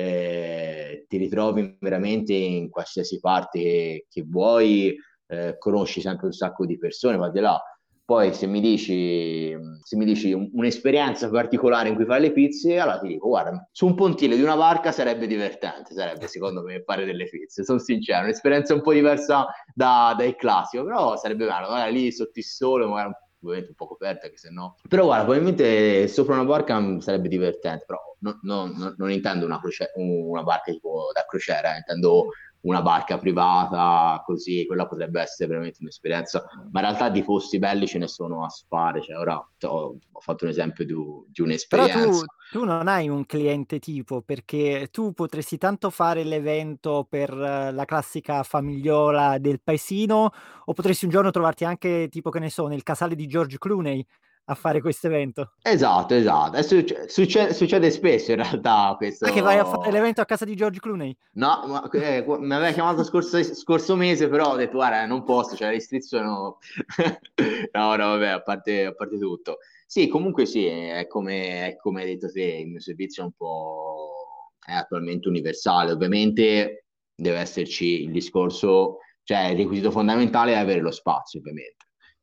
eh, ti ritrovi veramente in qualsiasi parte che, che vuoi, eh, conosci sempre un sacco di persone, va di là. Poi se mi dici, se mi dici un- un'esperienza particolare in cui fare le pizze, allora ti dico, guarda, su un pontile di una barca sarebbe divertente, sarebbe secondo me fare delle pizze, sono sincero, un'esperienza un po' diversa da- dal classico, però sarebbe bello, magari lì sotto il sole, magari un ovviamente un po' coperta, che se no. Però guarda, probabilmente sopra una barca mh, sarebbe divertente, però no- no- no- non intendo una, croce- una barca tipo da crociera, eh, intendo una barca privata, così, quella potrebbe essere veramente un'esperienza, ma in realtà di posti belli ce ne sono a sfare, cioè ora ho, ho fatto un esempio di, di Però tu, un'esperienza. tu non hai un cliente tipo, perché tu potresti tanto fare l'evento per eh, la classica famigliola del paesino, o potresti un giorno trovarti anche, tipo, che ne so, nel casale di George Clooney a fare questo evento. Esatto, esatto. E succe- succe- succede spesso in realtà Ah, che vai a fare questo. l'evento a casa di George Clooney? No, ma, eh, mi aveva chiamato scorso, scorso mese, però ho detto, guarda, non posso, c'è la restrizione. No, no, no, vabbè, a parte, a parte tutto. Sì, comunque sì, è come, è come hai detto te, il mio servizio è un po', è attualmente universale. Ovviamente deve esserci il discorso, cioè il requisito fondamentale è avere lo spazio, ovviamente,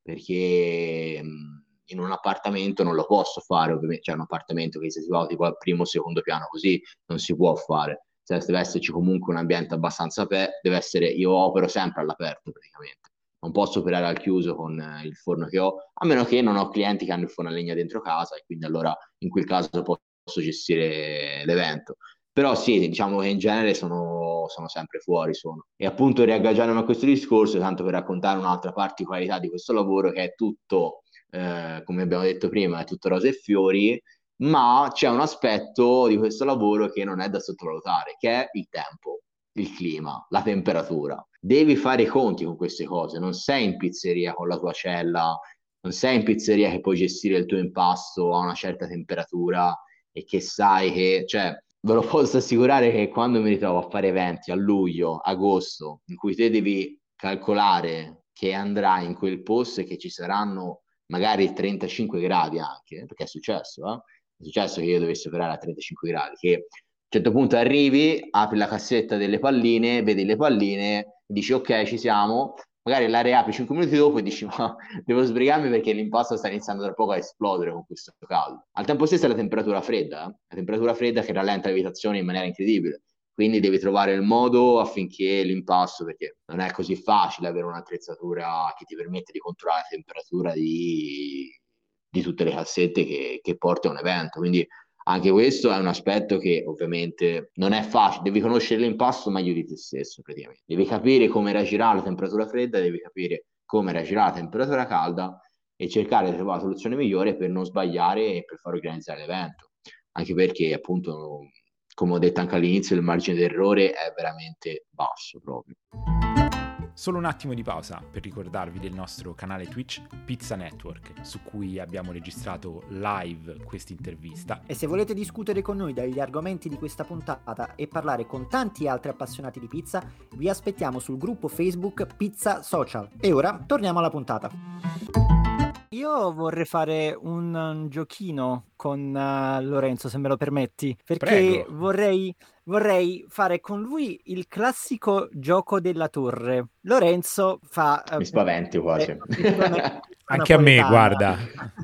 perché mh, in un appartamento non lo posso fare, ovviamente, cioè un appartamento che si va tipo al primo o secondo piano, così non si può fare, cioè, deve esserci comunque un ambiente abbastanza aperto, deve essere, io opero sempre all'aperto praticamente, non posso operare al chiuso con eh, il forno che ho, a meno che non ho clienti che hanno il forno a legna dentro casa e quindi allora in quel caso posso gestire l'evento. Però sì, diciamo che in genere sono, sono sempre fuori, sono. E appunto riaggagiandomi a questo discorso, tanto per raccontare un'altra particolarità di questo lavoro, che è tutto, eh, come abbiamo detto prima, è tutto rose e fiori, ma c'è un aspetto di questo lavoro che non è da sottovalutare, che è il tempo, il clima, la temperatura. Devi fare i conti con queste cose, non sei in pizzeria con la tua cella, non sei in pizzeria che puoi gestire il tuo impasto a una certa temperatura e che sai che, cioè, ve lo posso assicurare che quando mi ritrovo a fare eventi a luglio, agosto, in cui te devi calcolare che andrai in quel posto e che ci saranno magari trentacinque gradi anche, perché è successo, eh? È successo che io dovessi operare a trentacinque gradi, che a un certo punto arrivi, apri la cassetta delle palline, vedi le palline, dici ok, ci siamo, magari la riapri cinque minuti dopo e dici ma devo sbrigarmi perché l'impasto sta iniziando tra poco a esplodere con questo caldo. Al tempo stesso è la temperatura fredda, eh? La temperatura fredda che rallenta la lievitazione in maniera incredibile. Quindi devi trovare il modo affinché l'impasto, perché non è così facile avere un'attrezzatura che ti permette di controllare la temperatura di, di tutte le cassette che, che porti a un evento. Quindi anche questo è un aspetto che ovviamente non è facile, devi conoscere l'impasto meglio di te stesso praticamente. Devi capire come reagirà la temperatura fredda, devi capire come reagirà la temperatura calda e cercare di trovare la soluzione migliore per non sbagliare e per far organizzare l'evento. Anche perché appunto, come ho detto anche all'inizio, il margine d'errore è veramente basso proprio. Solo un attimo di pausa per ricordarvi del nostro canale Twitch Pizza Network, su cui abbiamo registrato live questa intervista. E se volete discutere con noi degli argomenti di questa puntata e parlare con tanti altri appassionati di pizza, vi aspettiamo sul gruppo Facebook Pizza Social. E ora torniamo alla puntata. Io vorrei fare un, un giochino con uh, Lorenzo, se me lo permetti, perché Prego. vorrei, vorrei fare con lui il classico gioco della torre. Lorenzo fa... Uh, Mi spaventi quasi. eh, Anche a me, guarda.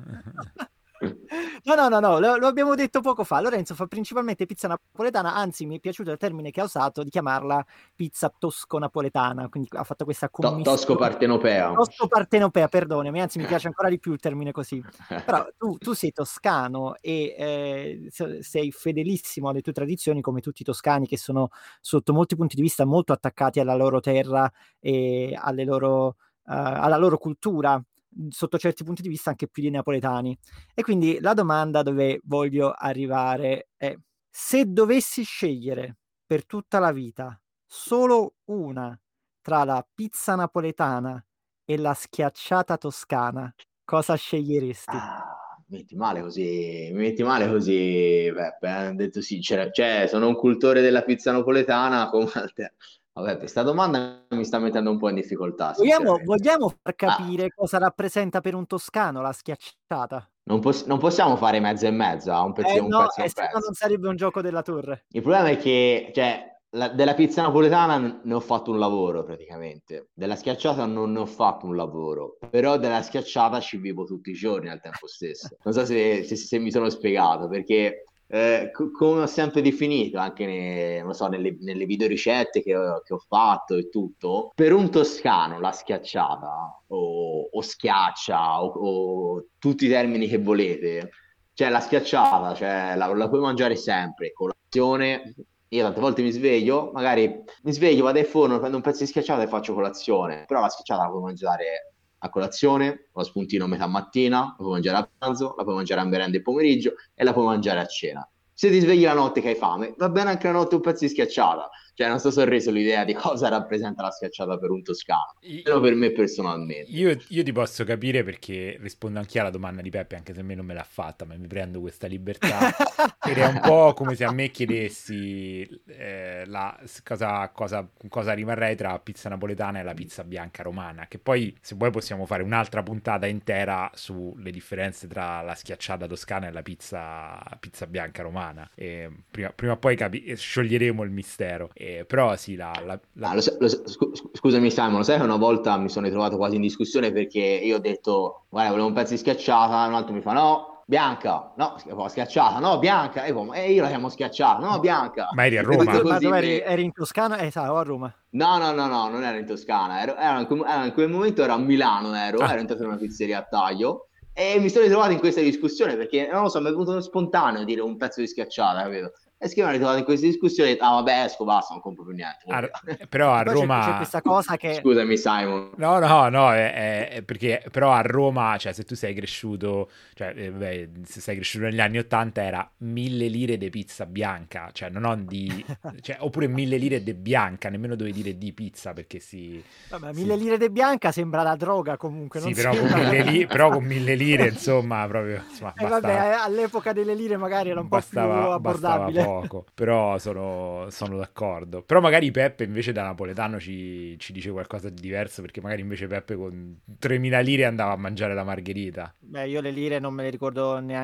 No, no, no, no, lo, lo abbiamo detto poco fa. Lorenzo fa principalmente pizza napoletana, anzi mi è piaciuto il termine che ha usato di chiamarla pizza tosco-napoletana, quindi ha fatto questa commissione. To- Tosco-partenopea. Tosco-partenopea, perdonami, anzi mi piace ancora di più il termine così. Però tu, tu sei toscano e eh, sei fedelissimo alle tue tradizioni, come tutti i toscani che sono sotto molti punti di vista molto attaccati alla loro terra e alle loro, uh, alla loro cultura, sotto certi punti di vista anche più dei napoletani. E quindi la domanda dove voglio arrivare è: se dovessi scegliere per tutta la vita solo una tra la pizza napoletana e la schiacciata toscana, cosa sceglieresti? Ah, mi metti male così, mi metti male così, Peppe, eh, detto sincero, cioè sono un cultore della pizza napoletana come te. Vabbè, questa domanda mi sta mettendo un po' in difficoltà, Vogliamo, sinceramente. vogliamo far Ah, capire cosa rappresenta per un toscano la schiacciata? non, poss- non possiamo fare mezza e mezza, un pezzo, Eh un no, pezzo e eh, un se no pezzo. non sarebbe un gioco della torre. Il problema è che, cioè, la- della pizza napoletana n- ne ho fatto un lavoro praticamente, della schiacciata non ne ho fatto un lavoro, però della schiacciata ci vivo tutti i giorni al tempo stesso. Non so se, se- se mi sono spiegato, perché eh, co- come ho sempre definito, anche ne- non so, nelle, nelle videoricette che ho, che ho fatto e tutto, per un toscano la schiacciata o, o schiaccia o, o tutti i termini che volete, cioè la schiacciata, cioè, la, la puoi mangiare sempre, colazione. Io tante volte mi sveglio, magari mi sveglio, vado in forno, prendo un pezzo di schiacciata e faccio colazione, però la schiacciata la puoi mangiare a colazione, lo spuntino a metà mattina, la puoi mangiare a pranzo, la puoi mangiare a merenda il pomeriggio e la puoi mangiare a cena. Se ti svegli la notte che hai fame, va bene anche la notte un pezzo di schiacciata. Cioè, non sto sorriso l'idea di cosa rappresenta la schiacciata per un toscano, però per me personalmente. Io, io ti posso capire, perché rispondo anch'io alla domanda di Peppe, anche se a me non me l'ha fatta, ma mi prendo questa libertà. Ed è un po' come se a me chiedessi eh, la, cosa, cosa, cosa rimarrei tra la pizza napoletana e la pizza bianca romana, che poi se vuoi possiamo fare un'altra puntata intera sulle differenze tra la schiacciata toscana e la pizza, pizza bianca romana. E prima, prima o poi capi- scioglieremo il mistero. E, però sì, la... la, la... Ah, lo sa- lo sa- scu- scusami Simon, lo sai che una volta mi sono ritrovato quasi in discussione perché io ho detto, guarda, volevo un pezzo di schiacciata, un altro mi fa, no, bianca, no, schiacciata, no, bianca, e io, e io la chiamo schiacciata, no, bianca. Ma eri a E Roma? tutto Ma così dove eri? me- Eri in Toscana? Eh, sa, o a Roma. No, no, no, no, non ero in Toscana, ero, ero in, quel- ero in quel momento ero a Milano, ero, Ah. ero entrato in una pizzeria a Taglio e mi sono ritrovato in questa discussione perché, non lo so, mi è venuto spontaneo dire un pezzo di schiacciata, capito? E che mi sono ritrovato in questa discussione e ho detto, ah vabbè, esco, basta, non compro più niente. A- però a Poi c'è- Roma... c'è questa cosa che... Scusami Simon. No, no, no, è, è- è perché però a Roma, cioè se tu sei cresciuto, cioè eh, beh, se sei cresciuto negli anni ottanta era mille lire di pizza bianca, cioè non ho di, cioè, oppure mille lire di bianca, nemmeno dovevi dire di pizza perché si... Vabbè, si- mille lire di bianca sembra la droga comunque. Sì, non però con, sembra- mille li- però con mille lire, insomma, proprio, insomma, Eh, bastava, vabbè, all'epoca delle lire magari era un po' più bastava, bastava abbordabile. poco, però sono, sono d'accordo. Però magari Peppe invece da napoletano ci, ci dice qualcosa di diverso, perché magari invece Peppe con tremila lire andava a mangiare la margherita. Beh, io le lire non me le ricordo neanche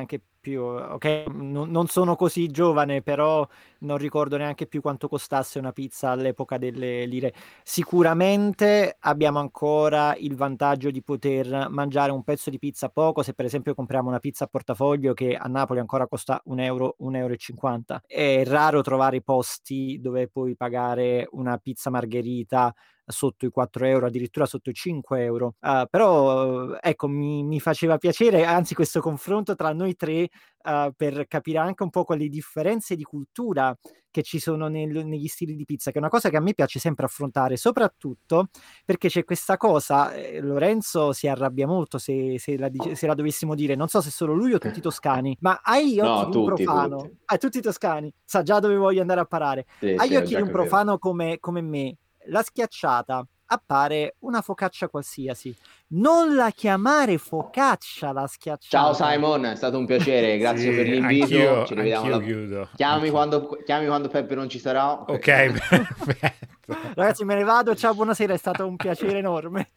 più, ok? Non, non sono così giovane, però non ricordo neanche più quanto costasse una pizza all'epoca delle lire. Sicuramente abbiamo ancora il vantaggio di poter mangiare un pezzo di pizza poco, se per esempio compriamo una pizza a portafoglio che a Napoli ancora costa un euro, un euro e cinquanta. È raro trovare posti dove puoi pagare una pizza margherita sotto i quattro euro, addirittura sotto i cinque euro. Uh, però ecco, mi, mi faceva piacere, anzi, questo confronto tra noi tre uh, per capire anche un po' quelle differenze di cultura che ci sono nel, negli stili di pizza, che è una cosa che a me piace sempre affrontare, soprattutto perché c'è questa cosa, eh, Lorenzo si arrabbia molto se, se, la dice, se la dovessimo dire, non so se solo lui o tutti i toscani, ma hai gli occhi No, di un tutti, profano, tutti. ah, tutti i toscani, sa già dove voglio andare a parare, Sì, agli sì, ho occhi già di un capito. profano come, come me, la schiacciata appare una focaccia qualsiasi. Non la chiamare focaccia la schiacciata. Ciao Simon, è stato un piacere, grazie Sì, per l'invito. anch'io, Ci rivediamo anch'io la... chiudo. Chiami Anch'io. quando, chiami quando Peppe non ci sarà. Ok, perfetto. Ragazzi, me ne vado. Ciao, buonasera, è stato un piacere enorme.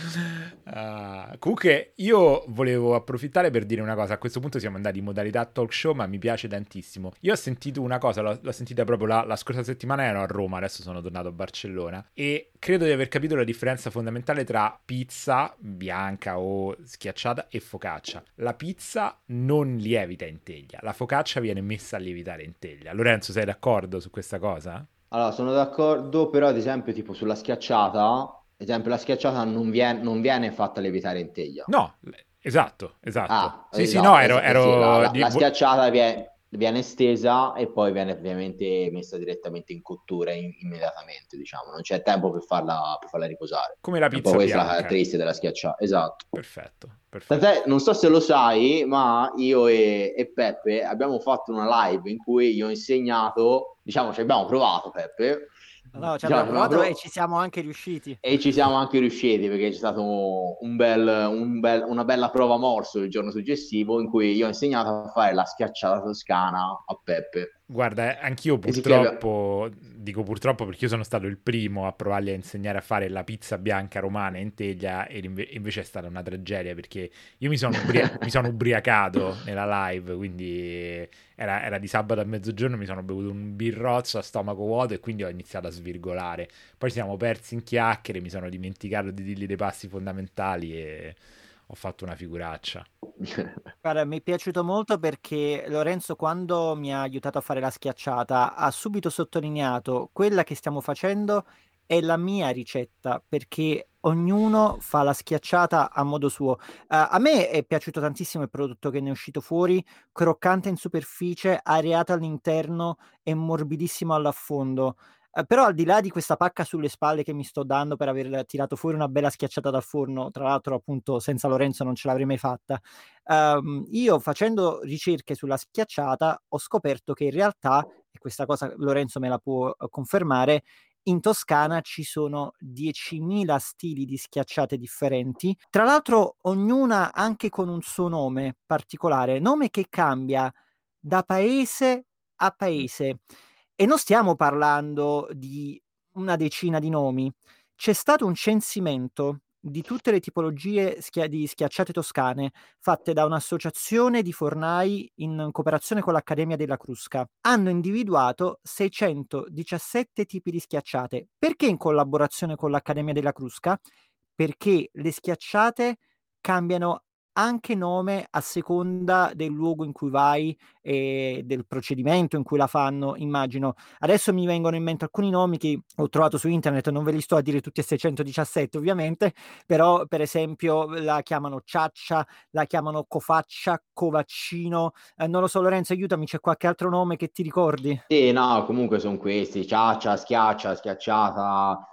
Uh, comunque io volevo approfittare per dire una cosa. A questo punto siamo andati in modalità talk show, ma mi piace tantissimo. Io ho sentito una cosa, l'ho, l'ho sentita proprio la, la scorsa settimana, ero a Roma, adesso sono tornato a Barcellona e credo di aver capito la differenza fondamentale tra pizza bianca o schiacciata e focaccia. La pizza non lievita in teglia, la focaccia viene messa a lievitare in teglia. Lorenzo, sei d'accordo su questa cosa? Allora, sono d'accordo, però ad esempio tipo sulla schiacciata, ad esempio la schiacciata non viene, non viene fatta lievitare in teglia. No, esatto, esatto. Ah, Sì, sì, esatto, no, ero... es- eh sì, la, ero la- di- la schiacciata viene, viene estesa e poi viene ovviamente messa direttamente in cottura in- immediatamente, diciamo, non c'è tempo per farla, per farla riposare. come la È un po' pizza questa la bianca. caratteristica della schiacciata, esatto. Perfetto, perfetto. Tant'è, non so se lo sai, ma io e, e Peppe abbiamo fatto una live in cui io ho insegnato, diciamo, ci abbiamo provato, Peppe. No, ci Diciamo, abbiamo provato prov- e ci siamo anche riusciti. e ci siamo anche riusciti perché c'è stato un bel, un bel, una bella prova morso il giorno successivo in cui io ho insegnato a fare la schiacciata toscana a Peppe. Guarda, anch'io E si chiede- purtroppo, dico purtroppo perché io sono stato il primo a provargli a insegnare a fare la pizza bianca romana in teglia e inve- invece è stata una tragedia perché io mi sono, ubria- mi sono ubriacato nella live, quindi era, era di sabato a mezzogiorno, mi sono bevuto un birrozzo a stomaco vuoto e quindi ho iniziato a svirgolare. Poi ci siamo persi in chiacchiere, mi sono dimenticato di dirgli dei passi fondamentali e ho fatto una figuraccia. Guarda, mi è piaciuto molto perché Lorenzo, quando mi ha aiutato a fare la schiacciata, ha subito sottolineato quella che stiamo facendo è la mia ricetta, perché ognuno fa la schiacciata a modo suo. Uh, a me è piaciuto tantissimo il prodotto che ne è uscito fuori, croccante in superficie, areato all'interno e morbidissimo all'affondo. Uh, però al di là di questa pacca sulle spalle che mi sto dando per aver tirato fuori una bella schiacciata dal forno, tra l'altro appunto senza Lorenzo non ce l'avrei mai fatta, um, io facendo ricerche sulla schiacciata ho scoperto che in realtà, e questa cosa Lorenzo me la può uh, confermare, in Toscana ci sono diecimila stili di schiacciate differenti, tra l'altro ognuna anche con un suo nome particolare, nome che cambia da paese a paese. E non stiamo parlando di una decina di nomi. C'è stato un censimento di tutte le tipologie schia- di schiacciate toscane fatte da un'associazione di fornai in cooperazione con l'Accademia della Crusca. Hanno individuato seicentodiciassette tipi di schiacciate. Perché in collaborazione con l'Accademia della Crusca? Perché le schiacciate cambiano anche nome a seconda del luogo in cui vai e del procedimento in cui la fanno, immagino. Adesso mi vengono in mente alcuni nomi che ho trovato su internet, non ve li sto a dire tutti e seicentodiciassette ovviamente, però per esempio la chiamano ciaccia, la chiamano cofaccia, covaccino, eh, non lo so Lorenzo, aiutami, c'è qualche altro nome che ti ricordi? Sì, no, comunque sono questi, ciaccia, schiaccia, schiacciata.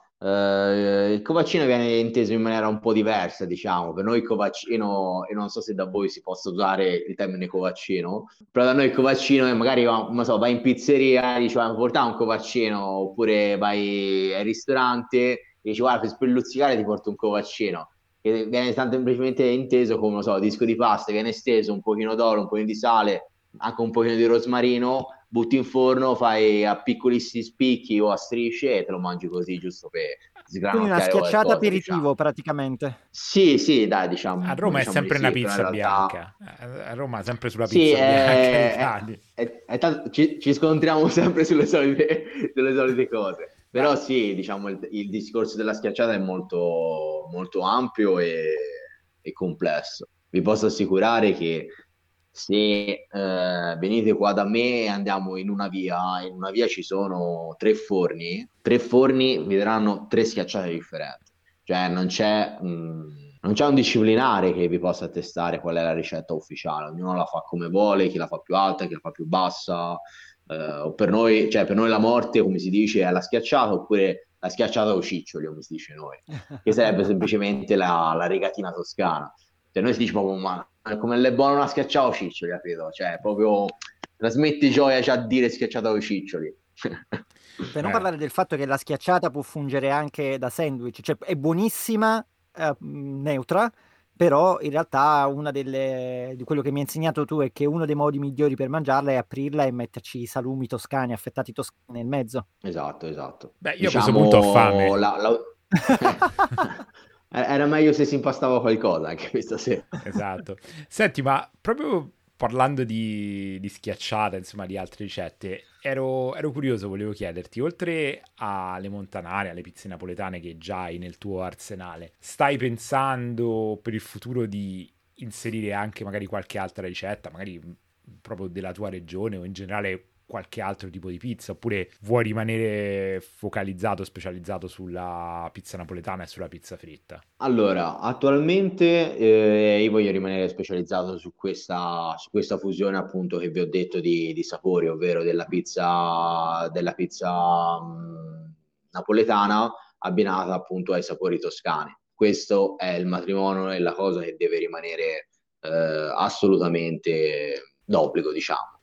Eh, il covaccino viene inteso in maniera un po' diversa, diciamo. Per noi il covaccino, e non so se da voi si possa usare il termine covaccino, però da noi il covaccino è magari, non so, vai in pizzeria e dici, "Ah, porta un covaccino", oppure vai al ristorante e dici, guarda, per spelluzzicare ti porto un covaccino, che viene semplicemente inteso come, non so, disco di pasta, viene esteso un pochino d'olio, un pochino di sale, anche un pochino di rosmarino, butti in forno, fai a piccolissimi spicchi o a strisce e te lo mangi così, giusto per Quindi una sgranocchiare schiacciata qualcosa, aperitivo diciamo. praticamente. Sì, sì, dai, diciamo, A Roma è diciamo di sempre sì, una però in pizza realtà bianca. A Roma sempre sulla sì, pizza bianca è, l'Italia. è- è- è tanto- ci, ci scontriamo sempre sulle solite, sulle solite cose. Ma Però sì, diciamo, il, il discorso della schiacciata è molto, molto ampio e, e complesso. Vi posso assicurare che se eh, venite qua da me e andiamo in una via, in una via ci sono tre forni, tre forni vi daranno tre schiacciate differenti. Cioè non c'è, mh, non c'è un disciplinare che vi possa attestare qual è la ricetta ufficiale, ognuno la fa come vuole, chi la fa più alta, chi la fa più bassa. Eh, o per noi, cioè per noi la morte, come si dice, è la schiacciata oppure la schiacciata o ciccioli, come si dice noi, che sarebbe semplicemente la, la regatina toscana. Cioè noi si dice proprio, ma come le buone una schiacciata o ciccioli, capito? Cioè proprio trasmetti gioia già a dire schiacciata o ciccioli. Per non eh, parlare del fatto che la schiacciata può fungere anche da sandwich, cioè è buonissima, eh, mh, neutra, però in realtà una delle, di quello che mi hai insegnato tu è che uno dei modi migliori per mangiarla è aprirla e metterci i salumi toscani, affettati toscani nel mezzo. Esatto, esatto. beh, io a questo punto ho Diciamo, fame. la, la... era meglio se si impastava qualcosa anche questa sera. Esatto. Senti, ma proprio parlando di, di schiacciata, insomma, di altre ricette, ero, ero curioso, volevo chiederti, oltre alle montanare, alle pizze napoletane che già hai nel tuo arsenale, stai pensando per il futuro di inserire anche magari qualche altra ricetta, magari proprio della tua regione o in generale qualche altro tipo di pizza, oppure vuoi rimanere focalizzato, specializzato sulla pizza napoletana e sulla pizza fritta? Allora, attualmente eh, io voglio rimanere specializzato su questa, su questa fusione appunto che vi ho detto di, di sapori, ovvero della pizza, della pizza mh, napoletana abbinata appunto ai sapori toscani. Questo è il matrimonio e la cosa che deve rimanere eh, assolutamente d'obbligo, diciamo.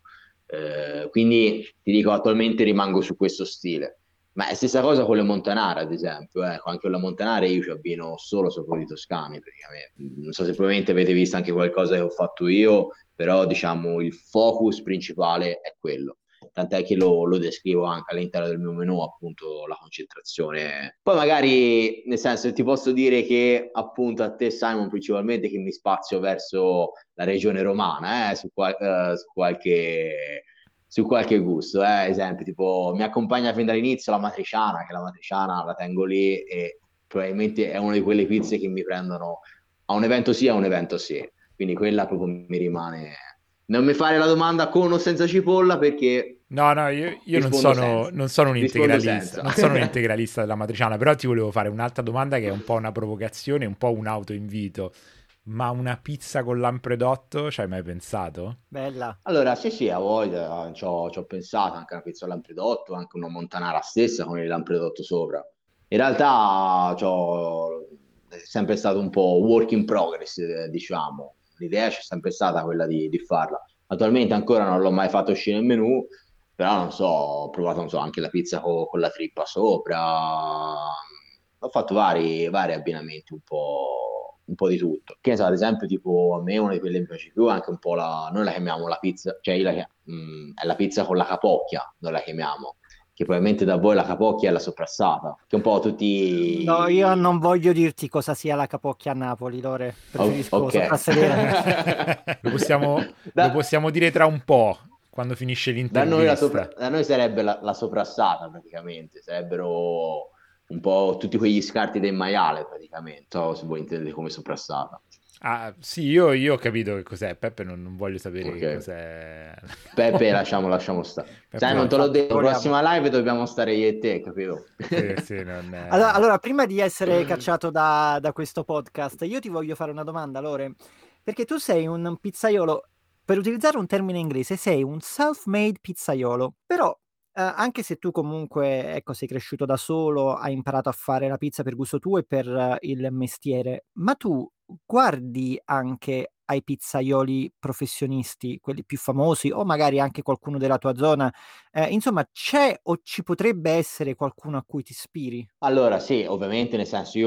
Eh, quindi ti dico, attualmente rimango su questo stile. Ma è stessa cosa con le Montanare, ad esempio. Eh. Anche con la Montanare io ci abbino solo sapori toscani, praticamente. Non so se probabilmente avete visto anche qualcosa che ho fatto io, però diciamo il focus principale è quello. Tant'è che lo, lo descrivo anche all'interno del mio menù, appunto, la concentrazione. Poi magari, nel senso, ti posso dire che appunto a te, Simon, principalmente che mi spazio verso la regione romana, eh, su, qual- eh, su qualche su qualche gusto, eh, esempio, tipo mi accompagna fin dall'inizio la matriciana, che la matriciana la tengo lì e probabilmente è una di quelle pizze che mi prendono a un evento sì, a un evento sì, quindi quella proprio mi rimane. Non mi fare la domanda con o senza cipolla perché No, no, io, io non rispondo sono, senza, non sono un rispondo integralista, senza. non sono un integralista della matriciana, però ti volevo fare un'altra domanda che è un po' una provocazione, un po' un autoinvito. Ma una pizza con lampredotto, ci hai mai pensato? Bella. Allora, sì, sì, a voglia, ci ho, ci ho pensato anche a una pizza al lampredotto, anche una montanara stessa con il lampredotto sopra. In realtà c'ho- è sempre stato un po' work in progress, eh, diciamo. L'idea c'è sempre stata quella di, di farla. Attualmente ancora non l'ho mai fatto uscire nel menù, però non so, ho provato, non so, anche la pizza co- con la trippa sopra. Ho fatto vari, vari abbinamenti, un po', un po' di tutto. Che ne so, ad esempio, tipo a me una di quelle che mi piace più è anche un po' la. Noi la chiamiamo la pizza, cioè io la chia- mm, è la pizza con la capocchia, noi la chiamiamo. Che probabilmente da voi la capocchia è la soprassata, che un po' No, io tutti. non voglio dirti cosa sia la capocchia a Napoli, Lore. O- Preferisco ok. soprassedere. Lo possiamo, lo Da, possiamo dire tra un po', quando finisce da noi, la sopra- l'intervista. da noi sarebbe la, la soprassata praticamente, sarebbero un po' tutti quegli scarti del maiale praticamente, non so se voi intendete come soprassata. Ah, sì, io, io ho capito che cos'è. Peppe non, non voglio sapere Ok. che cos'è. Peppe, lasciamo, lasciamo stare. Peppe No, Simon, te l'ho infatti, detto, vogliamo. prossima live dobbiamo stare io e te, capito? Sì, sì, non Allora, è... allora, prima di essere cacciato da, da questo podcast, io ti voglio fare una domanda, Lore, perché tu sei un pizzaiolo, per utilizzare un termine inglese, sei un self-made pizzaiolo, però eh, anche se tu comunque, ecco, sei cresciuto da solo, hai imparato a fare la pizza per gusto tuo e per eh, il mestiere, ma tu guardi anche ai pizzaioli professionisti, quelli più famosi, o magari anche qualcuno della tua zona. Eh, insomma, c'è o ci potrebbe essere qualcuno a cui ti ispiri? Allora, sì, ovviamente, nel senso,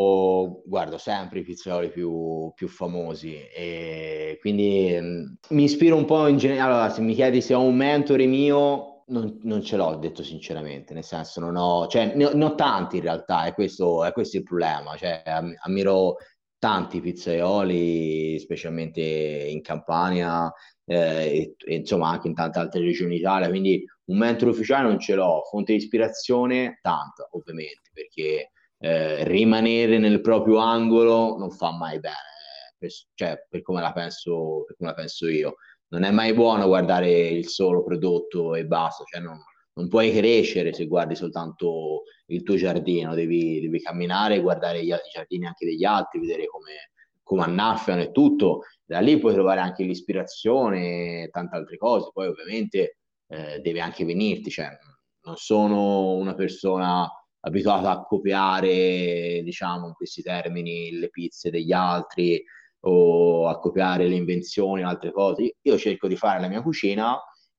io guardo sempre i pizzaioli più, più famosi e quindi mh, mi ispiro un po' in generale. Allora, se mi chiedi se ho un mentore mio, Non, non ce l'ho, detto sinceramente, nel senso non ho, cioè ne ho, ne ho tanti in realtà, e questo, è questo il problema, cioè am- ammiro tanti pizzaioli, specialmente in Campania, eh, e, e insomma anche in tante altre regioni d'Italia, quindi un mentore ufficiale non ce l'ho, fonte di ispirazione tanta, ovviamente, perché eh, rimanere nel proprio angolo non fa mai bene, eh, per, cioè per come la penso, per come la penso io. Non è mai buono guardare il solo prodotto e basta, cioè non, non puoi crescere se guardi soltanto il tuo giardino, devi, devi camminare e guardare gli, i giardini anche degli altri, vedere come, come annaffiano e tutto. Da lì puoi trovare anche l'ispirazione e tante altre cose. Poi ovviamente eh, deve anche venirti, cioè non sono una persona abituata a copiare, diciamo, in questi termini, le pizze degli altri o a copiare le invenzioni o altre cose. Io cerco di fare la mia cucina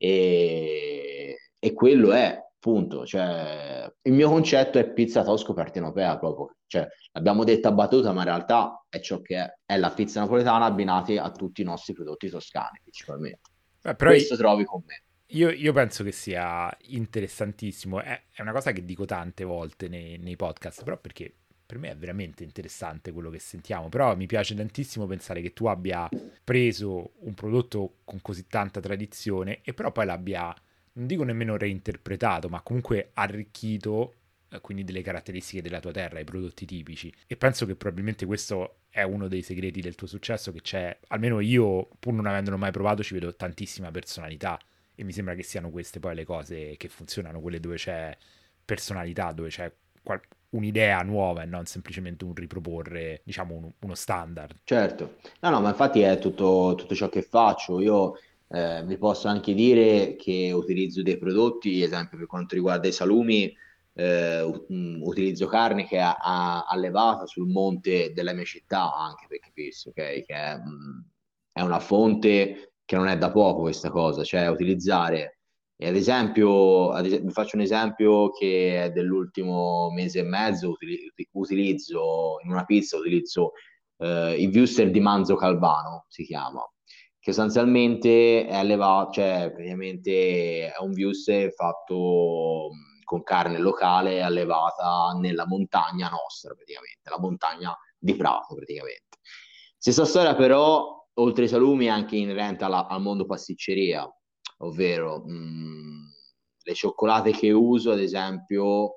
e, e quello è, punto. Cioè, il mio concetto è pizza tosco partenopea proprio. Cioè, l'abbiamo detta a battuta, ma in realtà è ciò che è, è la pizza napoletana abbinati a tutti i nostri prodotti toscani, principalmente. Beh, però Questo trovi con me. io, io penso che sia interessantissimo, è, è una cosa che dico tante volte nei, nei podcast, però perché per me è veramente interessante quello che sentiamo, però mi piace tantissimo pensare che tu abbia preso un prodotto con così tanta tradizione e però poi l'abbia, non dico nemmeno reinterpretato, ma comunque arricchito, eh, quindi delle caratteristiche della tua terra, i prodotti tipici. E penso che probabilmente questo è uno dei segreti del tuo successo, che c'è, almeno io, pur non avendolo mai provato, ci vedo tantissima personalità e mi sembra che siano queste poi le cose che funzionano, quelle dove c'è personalità, dove c'è qual- un'idea nuova e non semplicemente un riproporre, diciamo, un- uno standard. Certo, no, no, ma infatti è tutto, tutto ciò che faccio. Io eh, vi posso anche dire che utilizzo dei prodotti, esempio per quanto riguarda i salumi, eh, u- mm, utilizzo carne che è a- allevata sul monte della mia città, anche per capirsi, ok? Che è, mm, è una fonte che non è da poco questa cosa, cioè utilizzare, e ad esempio, ad es- vi faccio un esempio che è dell'ultimo mese e mezzo, utili- utilizzo in una pizza, utilizzo eh, il Wuster di Manzo Calvano si chiama, che sostanzialmente è allevato, cioè praticamente è un Wuster fatto mh, con carne locale allevata nella montagna nostra, praticamente, la montagna di Prato, praticamente. Stessa storia però, oltre ai salumi, è anche inerente alla- al mondo pasticceria, ovvero mh, le cioccolate che uso, ad esempio,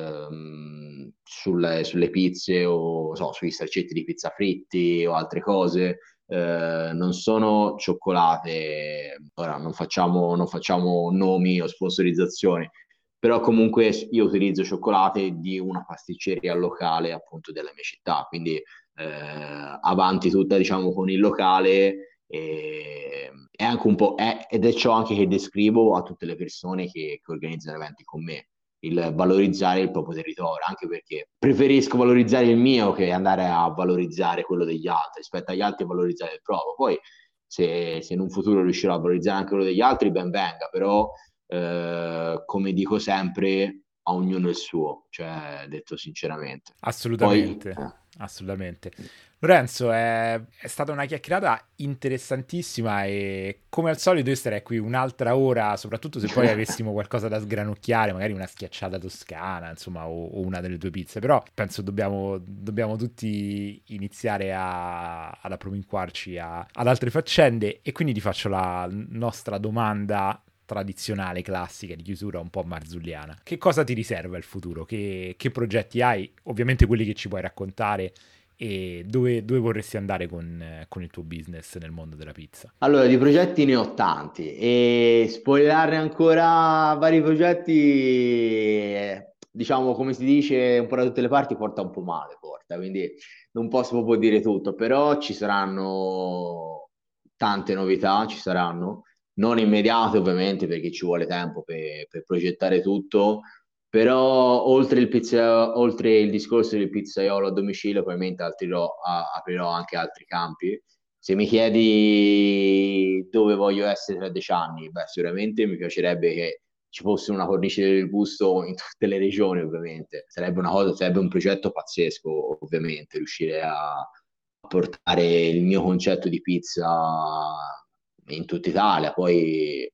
ehm, sulle, sulle pizze o so, sugli straccetti di pizza fritti o altre cose. Eh, non sono cioccolate, ora non facciamo, non facciamo nomi o sponsorizzazioni, però comunque io utilizzo cioccolate di una pasticceria locale appunto della mia città, quindi eh, avanti tutta diciamo con il locale e è anche un po' è, ed è ciò anche che descrivo a tutte le persone che, che organizzano eventi con me, il valorizzare il proprio territorio, anche perché preferisco valorizzare il mio che andare a valorizzare quello degli altri, rispetto agli altri a valorizzare il proprio. Poi se, se in un futuro riuscirò a valorizzare anche quello degli altri, ben venga, però eh, come dico sempre, a ognuno il suo, cioè detto sinceramente. Poi, Assolutamente, eh, assolutamente. Lorenzo, è, è stata una chiacchierata interessantissima e come al solito io starei qui un'altra ora, soprattutto se poi avessimo qualcosa da sgranocchiare, magari una schiacciata toscana, insomma, o, o una delle tue pizze, però penso dobbiamo, dobbiamo tutti iniziare a, ad approminquarci a- ad altre faccende e quindi ti faccio la nostra domanda tradizionale, classica, di chiusura un po' marzulliana. Che cosa ti riserva il futuro? Che, che progetti hai? Ovviamente quelli che ci puoi raccontare e dove, dove vorresti andare con, eh, con il tuo business nel mondo della pizza? allora, di progetti ne ho tanti e spoilerare ancora vari progetti, eh, diciamo come si dice un po' da tutte le parti, porta un po' male, porta, quindi non posso proprio dire tutto, però ci saranno tante novità, ci saranno, non immediate ovviamente perché ci vuole tempo per, per progettare tutto, però oltre il, pizza, oltre il discorso del pizzaiolo a domicilio, probabilmente aprirò, a- aprirò anche altri campi. Se mi chiedi dove voglio essere tra dieci anni, beh, sicuramente mi piacerebbe che ci fosse una cornice del gusto in tutte le regioni, ovviamente. Sarebbe una cosa, sarebbe un progetto pazzesco, ovviamente, riuscire a, a portare il mio concetto di pizza in tutta Italia. Poi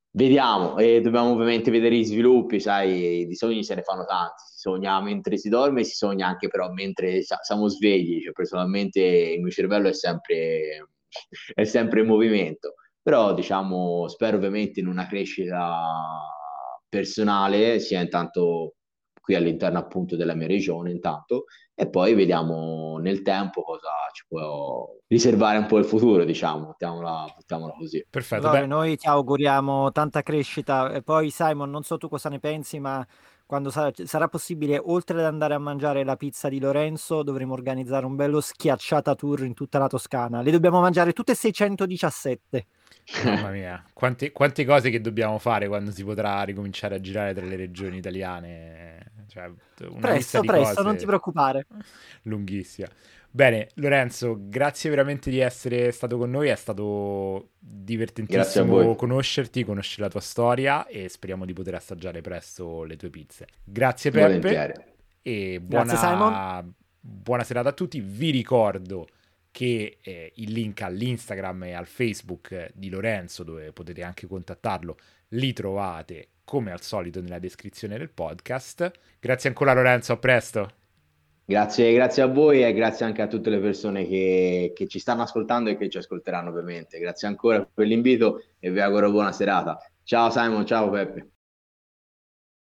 Vediamo, e dobbiamo ovviamente vedere gli sviluppi, sai, di sogni se ne fanno tanti, si sogna mentre si dorme, si sogna anche però mentre sa- siamo svegli, cioè personalmente il mio cervello è sempre, è sempre in movimento, però diciamo, spero ovviamente in una crescita personale, sia intanto qui all'interno appunto della mia regione, intanto, e poi vediamo nel tempo cosa ci può riservare un po' il futuro, diciamo, mettiamola, mettiamola così. Perfetto, Lore, beh, noi ti auguriamo tanta crescita. E poi, Simon, non so tu cosa ne pensi, ma quando sa- sarà possibile, oltre ad andare a mangiare la pizza di Lorenzo, dovremo organizzare un bello schiacciata tour in tutta la Toscana. Le dobbiamo mangiare tutte seicentodiciassette. mamma mia, quante, quante cose che dobbiamo fare quando si potrà ricominciare a girare tra le regioni italiane, cioè una lista Presto, di presto, non ti cose preoccupare. lunghissima. Bene, Lorenzo, grazie veramente di essere stato con noi, è stato Grazie a divertentissimo voi. conoscerti, conoscere la tua storia e speriamo di poter assaggiare presto le tue pizze. Grazie Peppe Volentieri. Grazie, e Simon. buona, buona serata a tutti. Vi ricordo che eh, il link all'Instagram e al Facebook di Lorenzo, dove potete anche contattarlo, li trovate come al solito nella descrizione del podcast. Grazie ancora Lorenzo, a presto. Grazie, grazie a voi e grazie anche a tutte le persone che, che ci stanno ascoltando e che ci ascolteranno ovviamente. Grazie ancora per l'invito e vi auguro buona serata. Ciao Simon, ciao Peppe.